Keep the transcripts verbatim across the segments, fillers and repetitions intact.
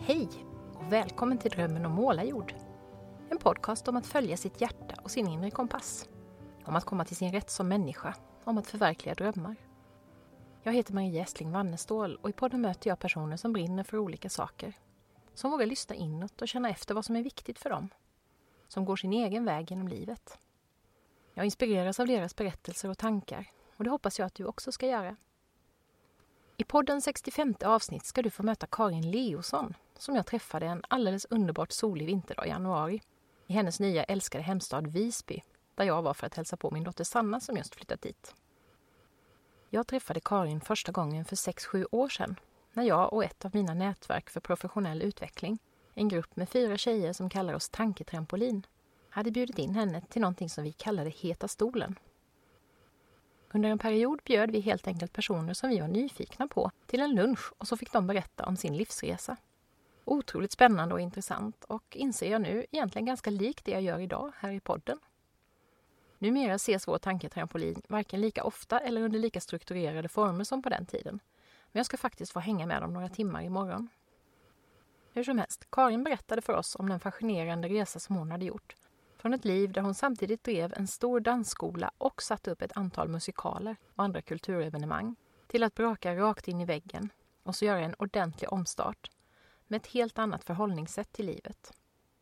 Hej och välkommen till Drömmen om målarjord. En podcast om att följa sitt hjärta och sin inre kompass. Om att komma till sin rätt som människa. Om att förverkliga drömmar. Jag heter Maria Estling Wannestål och i podden möter jag personer som brinner för olika saker. Som vågar lyssna inåt och känna efter vad som är viktigt för dem. Som går sin egen väg genom livet. Jag inspireras av deras berättelser och tankar och det hoppas jag att du också ska göra. I poddens sextiofemte avsnitt ska du få möta Karin Leosson som jag träffade en alldeles underbart solig vinterdag i januari i hennes nya älskade hemstad Visby där jag var för att hälsa på min dotter Sanna som just flyttat dit. Jag träffade Karin första gången för sex sju år sedan när jag och ett av mina nätverk för professionell utveckling, en grupp med fyra tjejer som kallar oss Tanketrampolin, hade bjudit in henne till någonting som vi kallade Heta stolen. Under en period bjöd vi helt enkelt personer som vi var nyfikna på till en lunch och så fick de berätta om sin livsresa. Otroligt spännande och intressant och inser jag nu egentligen ganska likt det jag gör idag här i podden. Numera ses vår tanketrampolin varken lika ofta eller under lika strukturerade former som på den tiden. Men jag ska faktiskt få hänga med dem några timmar imorgon. Hur som helst, Karin berättade för oss om den fascinerande resa som hon hade gjort. Från ett liv där hon samtidigt drev en stor dansskola och satte upp ett antal musikaler och andra kulturevenemang till att braka rakt in i väggen och så göra en ordentlig omstart med ett helt annat förhållningssätt till livet.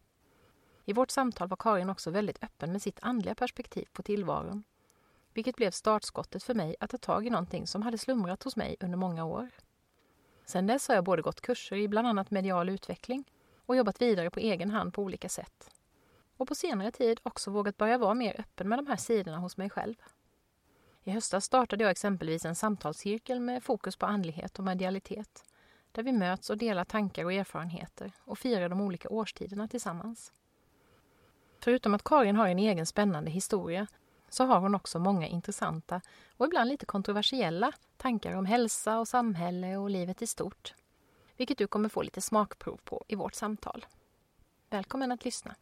I vårt samtal var Karin också väldigt öppen med sitt andliga perspektiv på tillvaron, vilket blev startskottet för mig att ta tag i någonting som hade slumrat hos mig under många år. Sedan dess har jag både gått kurser i bland annat medial utveckling och jobbat vidare på egen hand på olika sätt. Och på senare tid också vågat börja vara mer öppen med de här sidorna hos mig själv. I höstas startade jag exempelvis en samtalscirkel med fokus på andlighet och medialitet, där vi möts och delar tankar och erfarenheter och firar de olika årstiderna tillsammans. Förutom att Karin har en egen spännande historia så har hon också många intressanta och ibland lite kontroversiella tankar om hälsa och samhälle och livet i stort, vilket du kommer få lite smakprov på i vårt samtal. Välkommen att lyssna!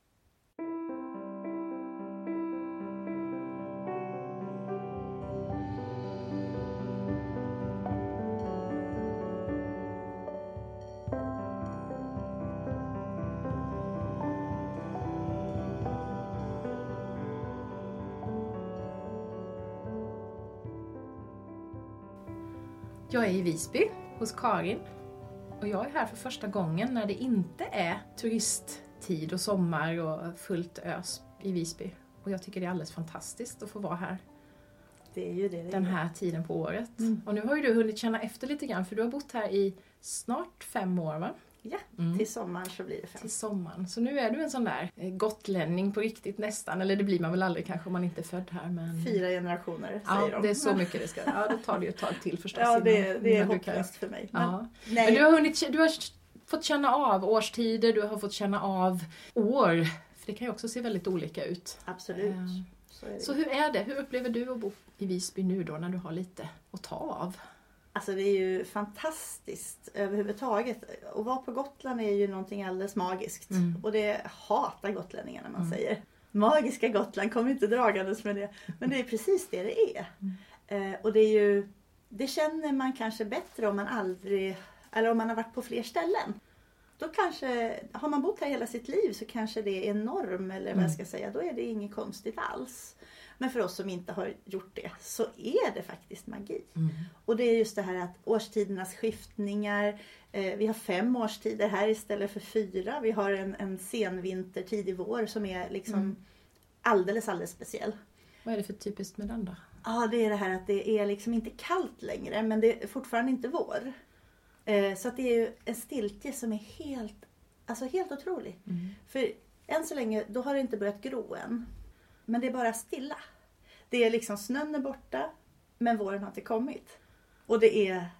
Jag är i Visby hos Karin och jag är här för första gången när det inte är turisttid och sommar och fullt ös i Visby. Och jag tycker det är alldeles fantastiskt att få vara här. Det är ju det. det den här är. tiden på året. Mm. Och nu har ju du hunnit känna efter lite grann för du har bott här i snart fem år, va? Ja, mm. till sommaren så blir det fem. Till sommaren. Så nu är du en sån där gotlänning på riktigt nästan. Eller det blir man väl aldrig kanske om man inte är född här. Men... Fyra generationer säger ja, de. Ja, det är så mycket det ska. Ja, då tar det ju ett tag till förstås. Ja, det, innan, det är innan hopplöst för mig. Men, men, ja. men du har hunnit, du har fått känna av årstider, du har fått känna av år. För det kan ju också se väldigt olika ut. Absolut. Um, så är det. Så hur är det? Hur upplever du att bo i Visby nu då när du har lite att ta av? Alltså det är ju fantastiskt överhuvudtaget. Att vara på Gotland är ju någonting alldeles magiskt. Mm. Och det hatar gotlänningarna man mm. säger. Magiska Gotland, kom inte dragandes med det. Men det är precis det det är. Mm. Eh, och det är ju, det känner man kanske bättre om man aldrig, eller om man har varit på fler ställen. Då kanske, har man bott här hela sitt liv så kanske det är en norm eller vad jag ska säga. Då är det inget konstigt alls. Men för oss som inte har gjort det så är det faktiskt magi. Mm. Och det är just det här att årstidernas skiftningar. Eh, vi har fem årstider här istället för fyra. Vi har en, en senvinter, tidig vår som är liksom mm. alldeles, alldeles speciell. Vad är det för typiskt med den då? Ja, det är det här att det är liksom inte kallt längre men det är fortfarande inte vår. Eh, så att det är ju en stiltje som är helt, alltså helt otrolig. Mm. För än så länge, då har det inte börjat gro än. Men det är bara stilla. Det är liksom snön är borta, men våren har inte kommit. Och det är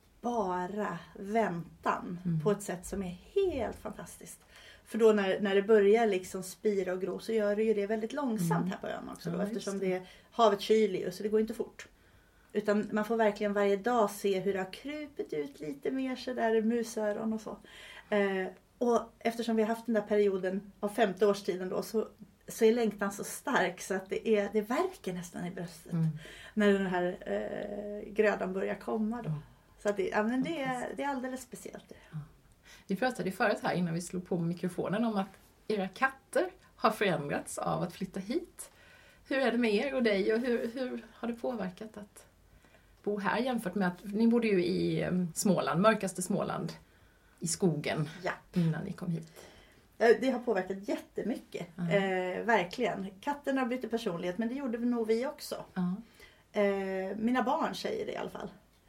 bara väntan mm. på ett sätt som är helt fantastiskt. För då när, när det börjar liksom spira och gro så gör det ju det väldigt långsamt mm. här på ön också. Då, ja, eftersom det. Det, havet kyler ju så det går inte fort. Utan man får verkligen varje dag se hur det har krupit ut lite mer så där musöron och så. Eh, och eftersom vi har haft den där perioden av femte årstiden då så så är längtan så stark så att det, är, det verkar nästan i bröstet mm. när den här eh, grödan börjar komma då. Så att det, ja, men det, är, det är alldeles speciellt. Det. Ja. Vi pratade ju förut här innan vi slog på mikrofonen om att era katter har förändrats av att flytta hit. Hur är det med er och dig och hur, hur har det påverkat att bo här jämfört med att ni bodde ju i Småland, mörkaste Småland, i skogen ja. innan ni kom hit? Det har påverkat jättemycket, mm. eh, verkligen. Katterna bytte personlighet, men det gjorde nog vi också. Mm. Eh, mina barn säger det i alla fall.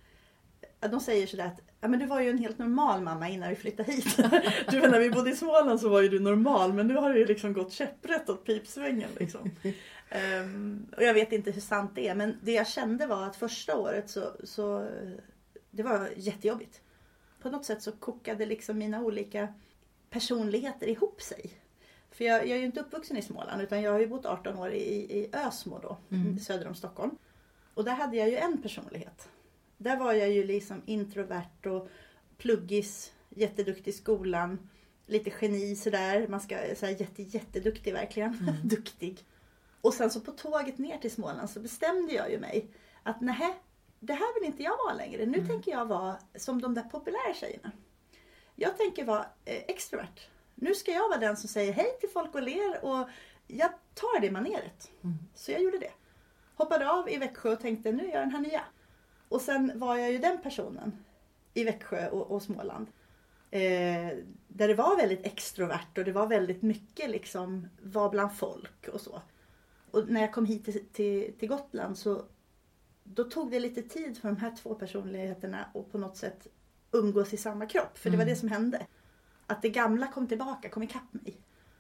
De säger sådär att ja, men du var ju en helt normal mamma innan vi flyttade hit. Du vet, när vi bodde i Småland så var ju du normal, men nu har du ju liksom gått käpprätt åt pipsvängen. Liksom. um, och jag vet inte hur sant det är, men det jag kände var att första året så, så det var jättejobbigt. På något sätt så kokade liksom mina olika personligheter ihop sig. För jag, jag är ju inte uppvuxen i Småland, utan jag har ju bott arton år i, i Ösmo då, mm. söder om Stockholm. Och där hade jag ju en personlighet. Där var jag ju liksom introvert och pluggis, jätteduktig i skolan, lite geni sådär. Man ska säga jätte, jätteduktig verkligen, mm. duktig. Och sen så på tåget ner till Småland så bestämde jag ju mig att nej, det här vill inte jag vara längre. Nu mm. tänker jag vara som de där populära tjejerna. Jag tänker vara eh, extrovert. Nu ska jag vara den som säger hej till folk och ler och jag tar det maneret. Mm. Så jag gjorde det. Hoppade av i Växjö och tänkte nu är jag den här nya. Och sen var jag ju den personen i Växjö och, och Småland. Eh, där det var väldigt extrovert och det var väldigt mycket liksom var bland folk och så. Och när jag kom hit till, till, till Gotland så då tog det lite tid för de här två personligheterna och på något sätt umgås i samma kropp. För det var det som hände. Att det gamla kom tillbaka, kom ikapp mig.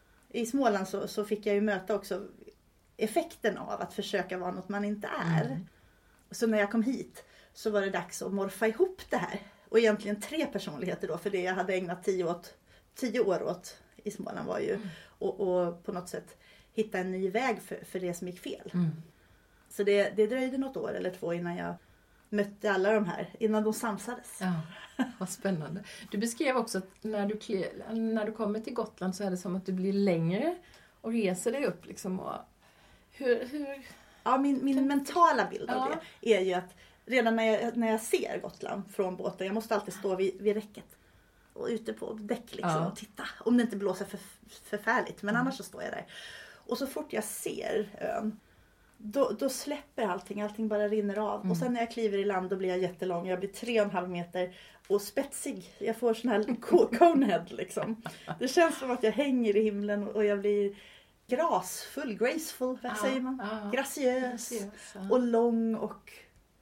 I Småland så, så fick jag ju möta också effekten av att försöka vara något man inte är. Mm. Så när jag kom hit så var det dags att morfa ihop det här. Och egentligen tre personligheter då. För det jag hade ägnat tio, åt, tio år åt i Småland var ju mm. och, och på något sätt hitta en ny väg för, för det som gick fel. Mm. Så det, det dröjde något år eller två innan jag mötte alla de här. Innan de samsades. Ja, vad spännande. Du beskrev också att när du, när du kommer till Gotland så är det som att du blir längre och reser dig upp. Liksom, och hur, hur... Ja, min, min mentala bild av ja. det är ju att redan när jag, när jag ser Gotland från båten, jag måste alltid stå vid, vid räcket och ute på däck liksom, ja. och titta. Om det inte blåser för, förfärligt, men mm. annars så står jag där. Och så fort jag ser ön, då, då släpper allting, allting bara rinner av. Mm. Och sen när jag kliver i land då blir jag jättelång, jag blir tre och en halv meter och spetsig. Jag får sån här conehead liksom. Det känns som att jag hänger i himlen och jag blir grasfull, graceful, vad säger man? Ah, graciös graciös ah. och lång och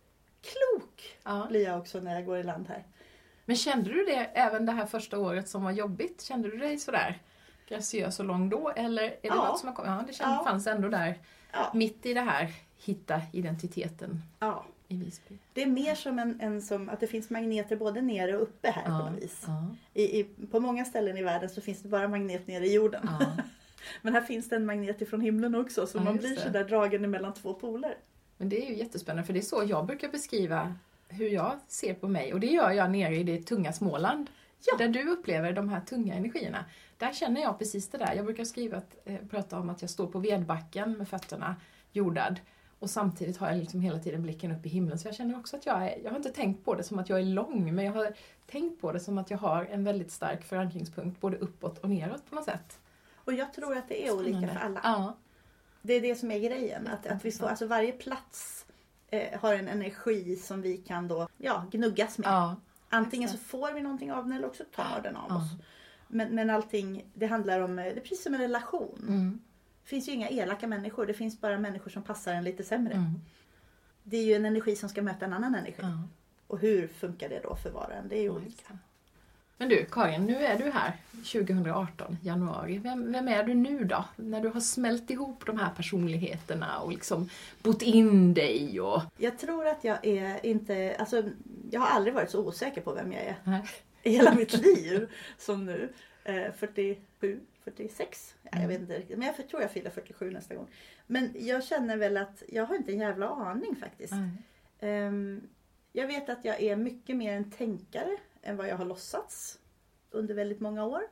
klok ah. blir jag också när jag går i land här. Men kände du det även det här första året som var jobbigt? Kände du dig sådär graciös och lång då? Eller är det ja. något som har kommit? Ja, det kände, ja. fanns ändå där ja. mitt i det här, hitta identiteten ja. i Visby. Det är mer som en, en som att det finns magneter både nere och uppe här ja. på något vis. Ja. I, i, på många ställen i världen så finns det bara magnet nere i jorden. Ja. Men här finns det en magnet ifrån himlen också. Så ja, man blir så där dragen mellan två poler. Men det är ju jättespännande. För det är så jag brukar beskriva hur jag ser på mig. Och det gör jag nere i det tunga Småland. Ja. Där du upplever de här tunga energierna. Där känner jag precis det där. Jag brukar skriva att, eh, prata om att jag står på vedbacken med fötterna jordad. Och samtidigt har jag liksom hela tiden blicken upp i himlen. Så jag känner också att jag är, jag har inte tänkt på det som att jag är lång. Men jag har tänkt på det som att jag har en väldigt stark förankringspunkt. Både uppåt och neråt på något sätt. Och jag tror att det är olika Spännande. för alla. Ja. Det är det som är grejen. Att, att vi får, alltså varje plats eh, har en energi som vi kan då ja, gnuggas med. Ja. Antingen så får vi någonting av den eller också tar den av ja. oss. Men, men allting, det handlar om, det är precis som en relation. Mm. Det finns ju inga elaka människor. Det finns bara människor som passar en lite sämre. Mm. Det är ju en energi som ska möta en annan energi. Ja. Och hur funkar det då för var och en? Det är ju ja, olika. Men du, Karin, nu är du här tjugo arton, januari. Vem, vem är du nu då? När du har smält ihop de här personligheterna och liksom bott in dig och... Jag tror att jag är inte... Alltså, jag har aldrig varit så osäker på vem jag är. Nej. I hela mitt liv som nu. Eh, fyrtiosju, fyrtiosex. Ja, jag vet inte riktigt. Men jag tror jag fyller fyrtiosju nästa gång. Men jag känner väl att jag har inte en jävla aning faktiskt. Mm. Eh, jag vet att jag är mycket mer en tänkare än vad jag har låtsats under väldigt många år.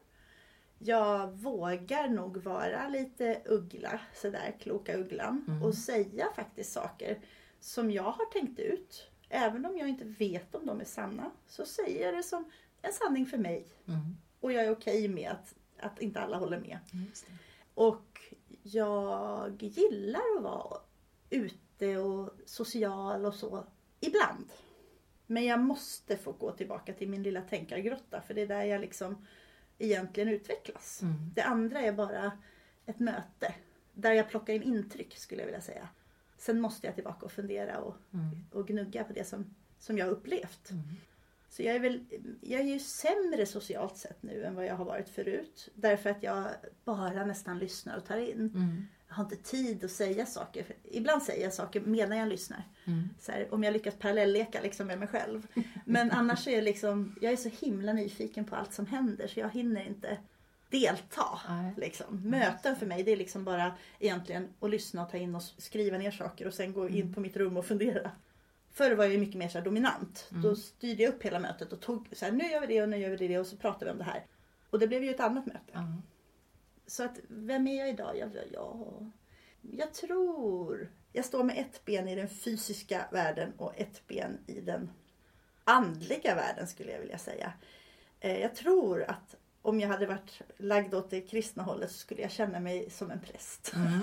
Jag vågar nog vara lite uggla, sådär kloka ugglan. Mm. Och säga faktiskt saker som jag har tänkt ut. Även om jag inte vet om de är sanna. Så säger jag det som en sanning för mig. Mm. Och jag är okej med att, att inte alla håller med. Just det. Och jag gillar att vara ute och social och så. Ibland. Men jag måste få gå tillbaka till min lilla tänkargrotta. För det är där jag liksom egentligen utvecklas. Mm. Det andra är bara ett möte. Där jag plockar in intryck skulle jag vilja säga. Sen måste jag tillbaka och fundera och, Mm. och gnugga på det som, som jag har upplevt. Mm. Så jag är, väl, jag är ju sämre socialt sett nu än vad jag har varit förut. Därför att jag bara nästan lyssnar och tar in. Mm. Jag har inte tid att säga saker. För ibland säger jag saker medan jag lyssnar. Mm. Så här, om jag lyckas parallellleka liksom med mig själv. Men annars är jag liksom, jag är så himla nyfiken på allt som händer. Så jag hinner inte delta. Nej. Liksom. Möten för mig det är liksom bara egentligen att lyssna och ta in och skriva ner saker. Och sen gå in Mm. på mitt rum och fundera. Förr var jag ju mycket mer så här dominant. Mm. Då styrde jag upp hela mötet och tog så här, nu gör vi det och nu gör vi det och så pratar vi om det här. Och det blev ju ett annat möte. Ja. Så att, vem är jag idag? Jag, jag, jag tror... Jag står med ett ben i den fysiska världen och ett ben i den andliga världen skulle jag vilja säga. Eh, jag tror att om jag hade varit lagd åt det kristna hållet så skulle jag känna mig som en präst. Mm.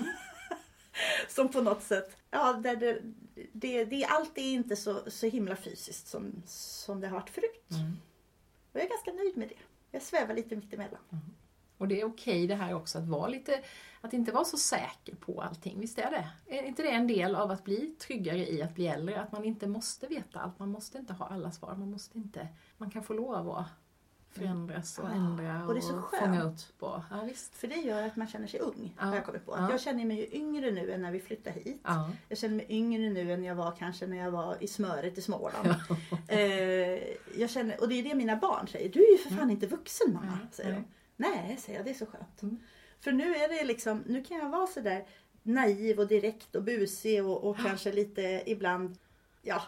Som på något sätt, ja, där det, det, det är alltid inte så, så himla fysiskt som, som det har varit förut. Mm. Och jag är ganska nöjd med det. Jag svävar lite mitt emellan. Och det är okej det här också att vara lite, att inte vara så säker på allting. Visst är det? Är inte det en del av att bli tryggare i att bli äldre? Att man inte måste veta allt. Man måste inte ha alla svar. Man måste inte, man kan få lov att förändras och ändra och, och det är så skönt. fånga upp. Och, ja, visst. För det gör att man känner sig ung. Ja. Har jag kommit på. Ja. Jag känner mig ju yngre nu än när vi flyttade hit. Ja. Jag känner mig yngre nu än jag var kanske när jag var i smöret i Småland. eh, jag känner, och det är det mina barn säger. Du är ju för fan inte vuxen mamma. Nej, Säger nej. de. Nej, säger jag. Det är så skönt. Mm. För nu är det liksom, nu kan jag vara så där naiv och direkt och busig och, och kanske lite ibland, ja,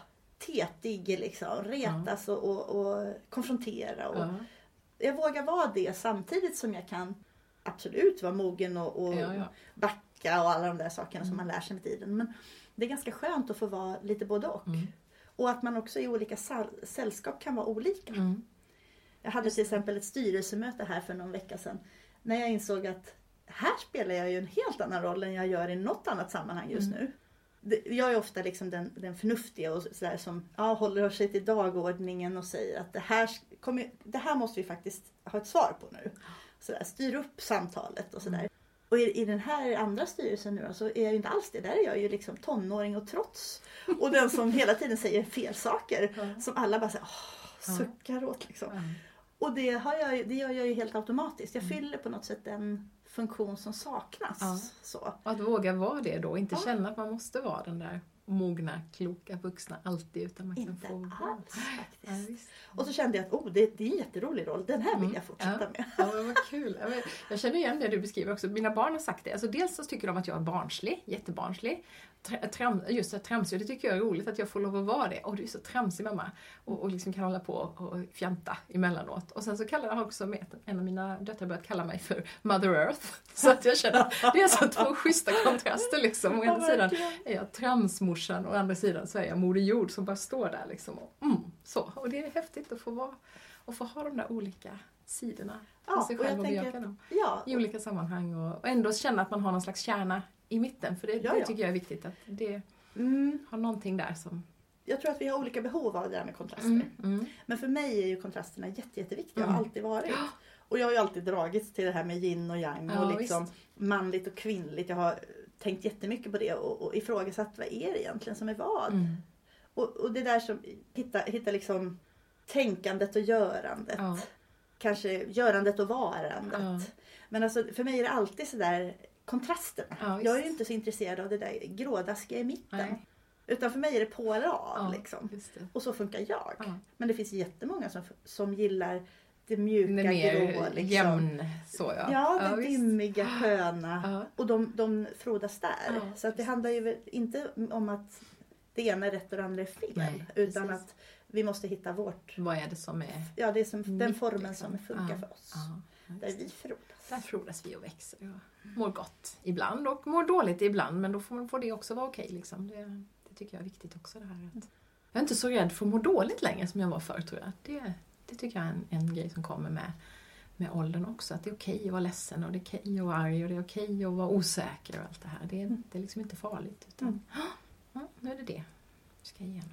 tetig liksom. Retas och, och, och konfrontera. Och, Ja. Jag vågar vara det samtidigt som jag kan absolut vara mogen och, och Ja, ja. backa och alla de där sakerna som man lär sig med tiden. Men det är ganska skönt att få vara lite både och. Mm. Och att man också i olika sal- sällskap kan vara olika. Mm. Jag hade till exempel ett styrelsemöte här för någon vecka sedan. När jag insåg att här spelar jag ju en helt annan roll än jag gör i något annat sammanhang just Mm. nu. Det- Jag är ofta liksom den, den förnuftiga och så där som ja, håller sig till dagordningen och säger att det här, kommer, det här måste vi faktiskt ha ett svar på nu. Så där, styr upp samtalet och sådär. Och i, i den här andra styrelsen nu då, så är jag ju inte alls det. Där är jag ju liksom tonåring och trots. Och den som hela tiden säger fel saker. Ja. Som alla bara säger, åh, suckar åt liksom. Ja. Och det, har jag, det gör jag ju helt automatiskt. Jag fyller på något sätt den funktion som saknas. Ja. Så. Och att våga vara det då. Inte Ja. känna att man måste vara den där mogna, kloka, vuxna alltid. Utan man kan Inte få vara. alls Ja, faktiskt. visst. Och så kände jag att oh, det, det är en jätterolig roll. Den här vill Mm. jag fortsätta Ja. med. Ja, men vad kul. Ja, men jag känner igen det du beskriver också. Mina barn har sagt det. Alltså, dels så tycker de att jag är barnslig, jättebarnslig. Tra- Tram, just det, tramsig. Det tycker jag är roligt att jag får lov att vara det. Och du är så tramsig mamma. Och, och liksom kan hålla på och fjanta emellanåt. Och sen så kallar jag också med en av mina döttrar börjat kalla mig för Mother Earth. Så att jag känner att det är så två schyssta kontraster liksom. Å ena sidan är jag tramsmorsan och å andra sidan så är jag Moder Jord som bara står där liksom. Och, mm, så. Och det är häftigt att få vara och få ha de där olika sidorna Ja, för sig och jag själv och tänker- bejaka dem Ja, i olika sammanhang och, och ändå känna att man har någon slags kärna i mitten. För det, Ja, det ja. tycker jag är viktigt att det mm, har någonting där som... jag tror att vi har olika behov av det där med kontraster. Mm, mm, Men för mig är ju kontrasterna jätte, jätteviktiga. Mm. Har alltid varit. Och jag har ju alltid dragits till det här med yin och yang. Ja, och liksom visst. manligt och kvinnligt. Jag har tänkt jättemycket på det. Och, och ifrågasatt vad är det egentligen som är vad. mm. Och, och det där som hitta, hitta liksom tänkandet och görandet. Ja. Kanske görandet och varandet. Ja. Men alltså för mig är det alltid sådär kontrasterna. Ja, visst. jag är ju inte så intresserad av det där grådaskiga i mitten. Nej. Utan för mig är det på eller av. Ja, Liksom. just det. Och så funkar jag. Ja. Men det finns jättemånga som, som gillar det mjuka, Det är mer grå. Liksom. jämn så ja. Ja, det visst. dimmiga, sköna. Ja. Och de, de frodas där. Ja, så att det handlar ju väl inte om att det ena är rätt och det andra är fel. Nej, utan precis. att vi måste hitta vårt, Vad är det som är... ja, det är som, den Mitt, formen liksom. som funkar Ja, för oss. Ja, Där vi frodas. där frodas vi och växer. Och mår gott ibland och mår dåligt ibland. Men då får, får det också vara okej. Liksom. Det, det tycker jag är viktigt också. Det här att jag är inte så rädd för att må dåligt längre som jag var förr tror jag. Det, det tycker jag är en, en grej som kommer med, med åldern också. Att det är okej att vara ledsen och det är okej att vara arg och det är okej att vara osäker och allt det här. Det är, mm. det är liksom inte farligt. Utan, mm. ja, nu är det det vi ska igenom.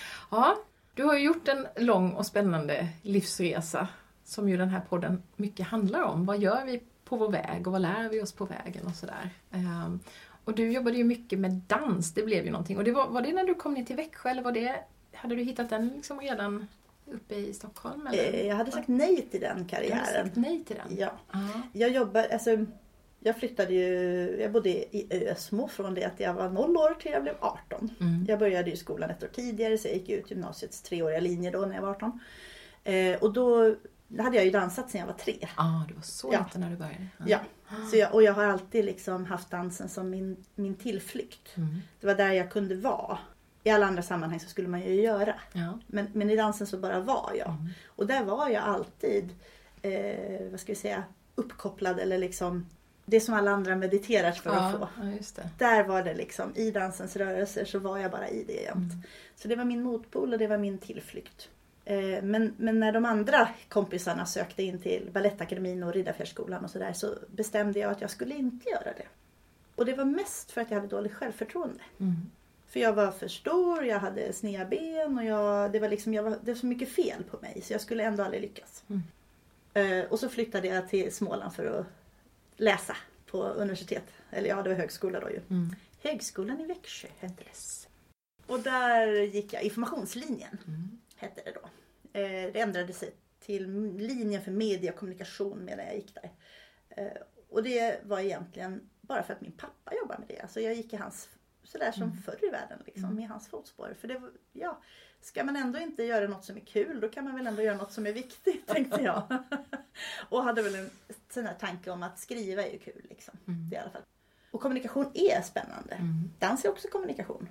Ja, du har ju gjort en lång och spännande livsresa som ju den här podden mycket handlar om. Vad gör vi på vår väg och vad lär vi oss på vägen och sådär. Um, och du jobbade ju mycket med dans, det blev ju någonting. Och det var, var det när du kom ner till Växjö eller var det, hade du hittat den liksom redan uppe i Stockholm? Eller? Jag hade sagt nej till den karriären. Jag hade sagt nej till den? Ja. Uh-huh. Jag jobbar, alltså jag flyttade ju, jag bodde i Ösmo från det att jag var noll år till jag blev arton. Mm. Jag började ju skolan ett år tidigare så jag gick ut gymnasiets treåriga linje då när jag var arton. Eh, och då hade jag ju dansat sedan jag var tre. Ja, ah, du var så ja. liten när du började. Ah. Ja, så jag, och jag har alltid liksom haft dansen som min, min tillflykt. Mm. Det var där jag kunde vara. I alla andra sammanhang så skulle man ju göra. Ja. Men, men i dansen så bara var jag. Mm. Och där var jag alltid, eh, vad ska vi säga, uppkopplad eller liksom det som alla andra mediterar för ja, att få. Ja, just det. Där var det liksom, i dansens rörelser så var jag bara i det jämt. Mm. Så det var min motpol och det var min tillflykt. Men, men när de andra kompisarna sökte in till Balettakademin och Riddarfjärdsskolan och sådär så bestämde jag att jag skulle inte göra det. Och det var mest för att jag hade dåligt självförtroende. Mm. För jag var för stor, jag hade sneda ben och jag, det, var liksom, jag var, det var så mycket fel på mig så jag skulle ändå aldrig lyckas. Mm. Och så flyttade jag till Småland för att läsa på universitet. Eller ja, det var högskola då ju. Mm. Högskolan i Växjö hette det. Och där gick jag informationslinjen. Mm. Hette det då. Eh, det ändrade sig till linjen för media och kommunikation medan jag gick där. Eh, och det var egentligen bara för att min pappa jobbade med det. Alltså jag gick i hans, sådär som mm. förr i världen liksom, mm. i hans fotspår. För det var, ja, ska man ändå inte göra något som är kul, då kan man väl ändå göra något som är viktigt, tänkte jag. Och hade väl en sån här tanke om att skriva är ju kul liksom, mm. i alla fall. Och kommunikation är spännande. Mm. Dans är också kommunikation.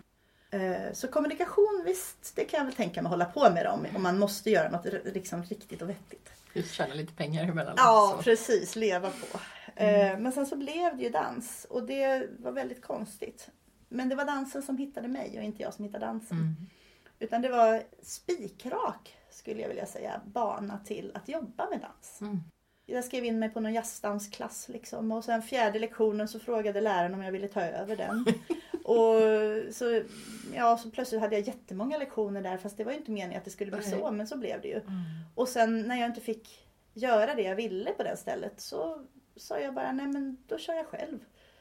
Så kommunikation, visst, det kan jag väl tänka mig hålla på med om, om man måste göra något liksom riktigt och vettigt. Just tjäna lite pengar emellan. Ja, så. Precis, leva på. Mm. Men sen så blev det ju dans och det var väldigt konstigt. Men det var dansen som hittade mig och inte jag som hittade dansen. Mm. Utan det var spikrak, skulle jag vilja säga, bana till att jobba med dans. Mm. Jag skrev in mig på någon jazzdansklass liksom, och sen fjärde lektionen så frågade läraren om jag ville ta över den. Och så, ja, så plötsligt hade jag jättemånga lektioner där, fast det var ju inte meningen att det skulle bli Nej. så, men så blev det ju. Mm. Och sen när jag inte fick göra det jag ville på det stället så sa jag bara, nej men då kör jag själv.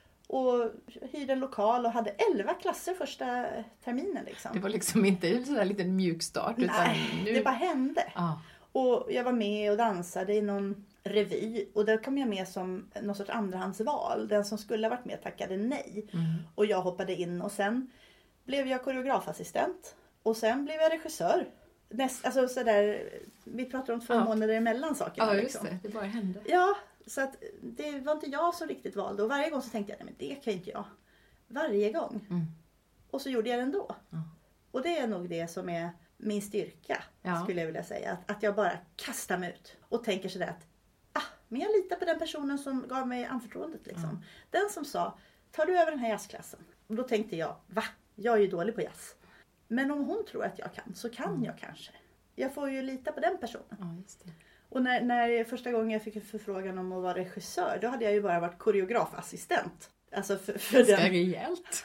Och hyrde en lokal och hade elva klasser första terminen liksom. Det var liksom inte en sån där liten mjuk start. Nej, utan nu... det bara hände. Ah. Och jag var med och dansade i någon revy. Och där kom jag med som någon sorts andrahandsval. Den som skulle ha varit med tackade nej. Mm. Och jag hoppade in och sen blev jag koreografassistent. Och sen blev jag regissör. Näst, alltså sådär, vi pratar om två ja. månader emellan sakerna. Ja, just liksom. det. Det bara hände. Ja, så att det var inte jag som riktigt valde. Och varje gång så tänkte jag, nej men det kan inte jag. Varje gång. Mm. Och så gjorde jag det ändå. Mm. Och det är nog det som är min styrka, ja. skulle jag vilja säga. Att, att jag bara kastar mig ut och tänker sådär att ah, men jag litar på den personen som gav mig anförtroendet. Liksom. Mm. Den som sa, tar du över den här jazzklassen? Och då tänkte jag, va? Jag är ju dålig på jazz. Men om hon tror att jag kan, så kan mm. jag kanske. Jag får ju lita på den personen. Ja, just det. Och när, när första gången jag fick en förfrågan om att vara regissör, då hade jag ju bara varit koreografassistent. Alltså för, för Ganska den... rejält.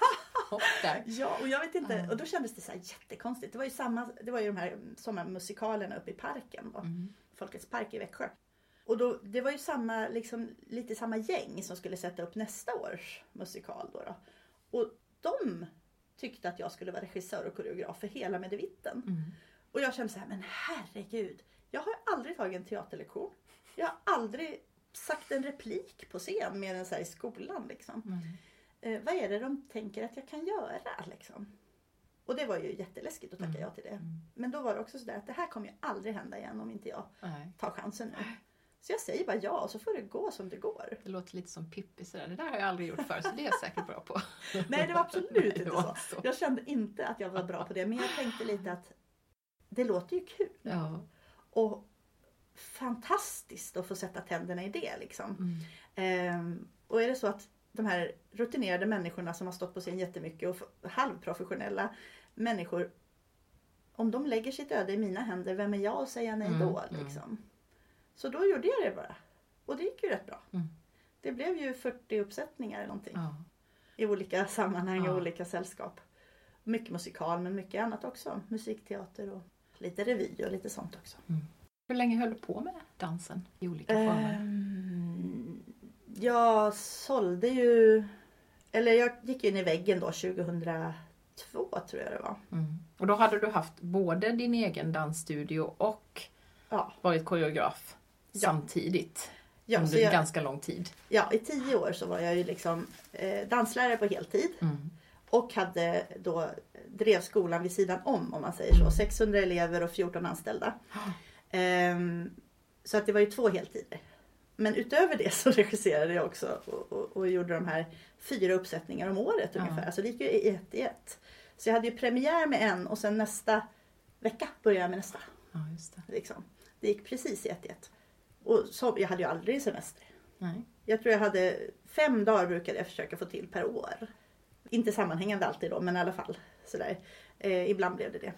Ja, och jag vet inte, mm. och då kändes det så här jättekonstigt. Det var ju samma, det var ju de här sommarmusikalerna uppe i parken, va? Mm. Folkets park i Växjö. Och då, det var ju samma, liksom, lite samma gäng som skulle sätta upp nästa års musikal då. då. Och de tyckte att jag skulle vara regissör och koreograf för hela Medevitten. Mm. Och jag kände så här, men herregud, jag har aldrig tagit en teaterlektion. Jag har aldrig sagt en replik på scen mer än så här i skolan liksom. Mm. Eh, vad är det de tänker att jag kan göra liksom? Och det var ju jätteläskigt att tacka mm. ja till det. Mm. Men då var det också så där att det här kommer ju aldrig hända igen om inte jag Nej. tar chansen nu. Så jag säger bara ja, och så får det gå som det går. Det låter lite som Pippi sådär. Det där har jag aldrig gjort förr, så det är jag säkert bra på. Nej, det var absolut Nej, inte var så. så. Jag kände inte att jag var bra på det. Men jag tänkte lite att det låter ju kul. Ja. Och fantastiskt att få sätta tänderna i det liksom. Mm. Ehm, och är det så att de här rutinerade människorna som har stått på scen jättemycket och halvprofessionella människor, om de lägger sitt öde i mina händer, vem är jag att säga nej då? Mm, liksom. Mm. Så då gjorde jag det bara. Och det gick ju rätt bra. Mm. Det blev ju fyrtio uppsättningar eller någonting. Ja. I olika sammanhang Ja. och olika sällskap. Mycket musikal men mycket annat också. Musikteater och lite revy och lite sånt också. Mm. Hur länge höll du på med dansen i olika former? Um, jag sålde ju... Eller jag gick in i väggen då tjugohundratvå tror jag det var. Mm. Och då hade du haft både din egen dansstudio och Ja. varit koreograf Ja. samtidigt. Ja, under så jag, ganska lång tid. ja, i tio år så var jag ju liksom eh, danslärare på heltid. Mm. Och hade då drev skolan vid sidan om, om man säger så. sexhundra elever och fjorton anställda. Um, så att det var ju två heltider. Men utöver det så regisserade jag också och, och, och gjorde de här fyra uppsättningar om året Ja. ungefär. Alltså det gick ju i ett i ett. Så jag hade ju premiär med en och sen nästa vecka började jag med nästa. Ja, just det. Liksom. Det gick precis i ett i ett. Och så, jag hade ju aldrig semester. Nej. Jag tror jag hade fem dagar brukade jag försöka få till per år. Inte sammanhängande alltid då, men i alla fall. Sådär. Eh, ibland blev det det.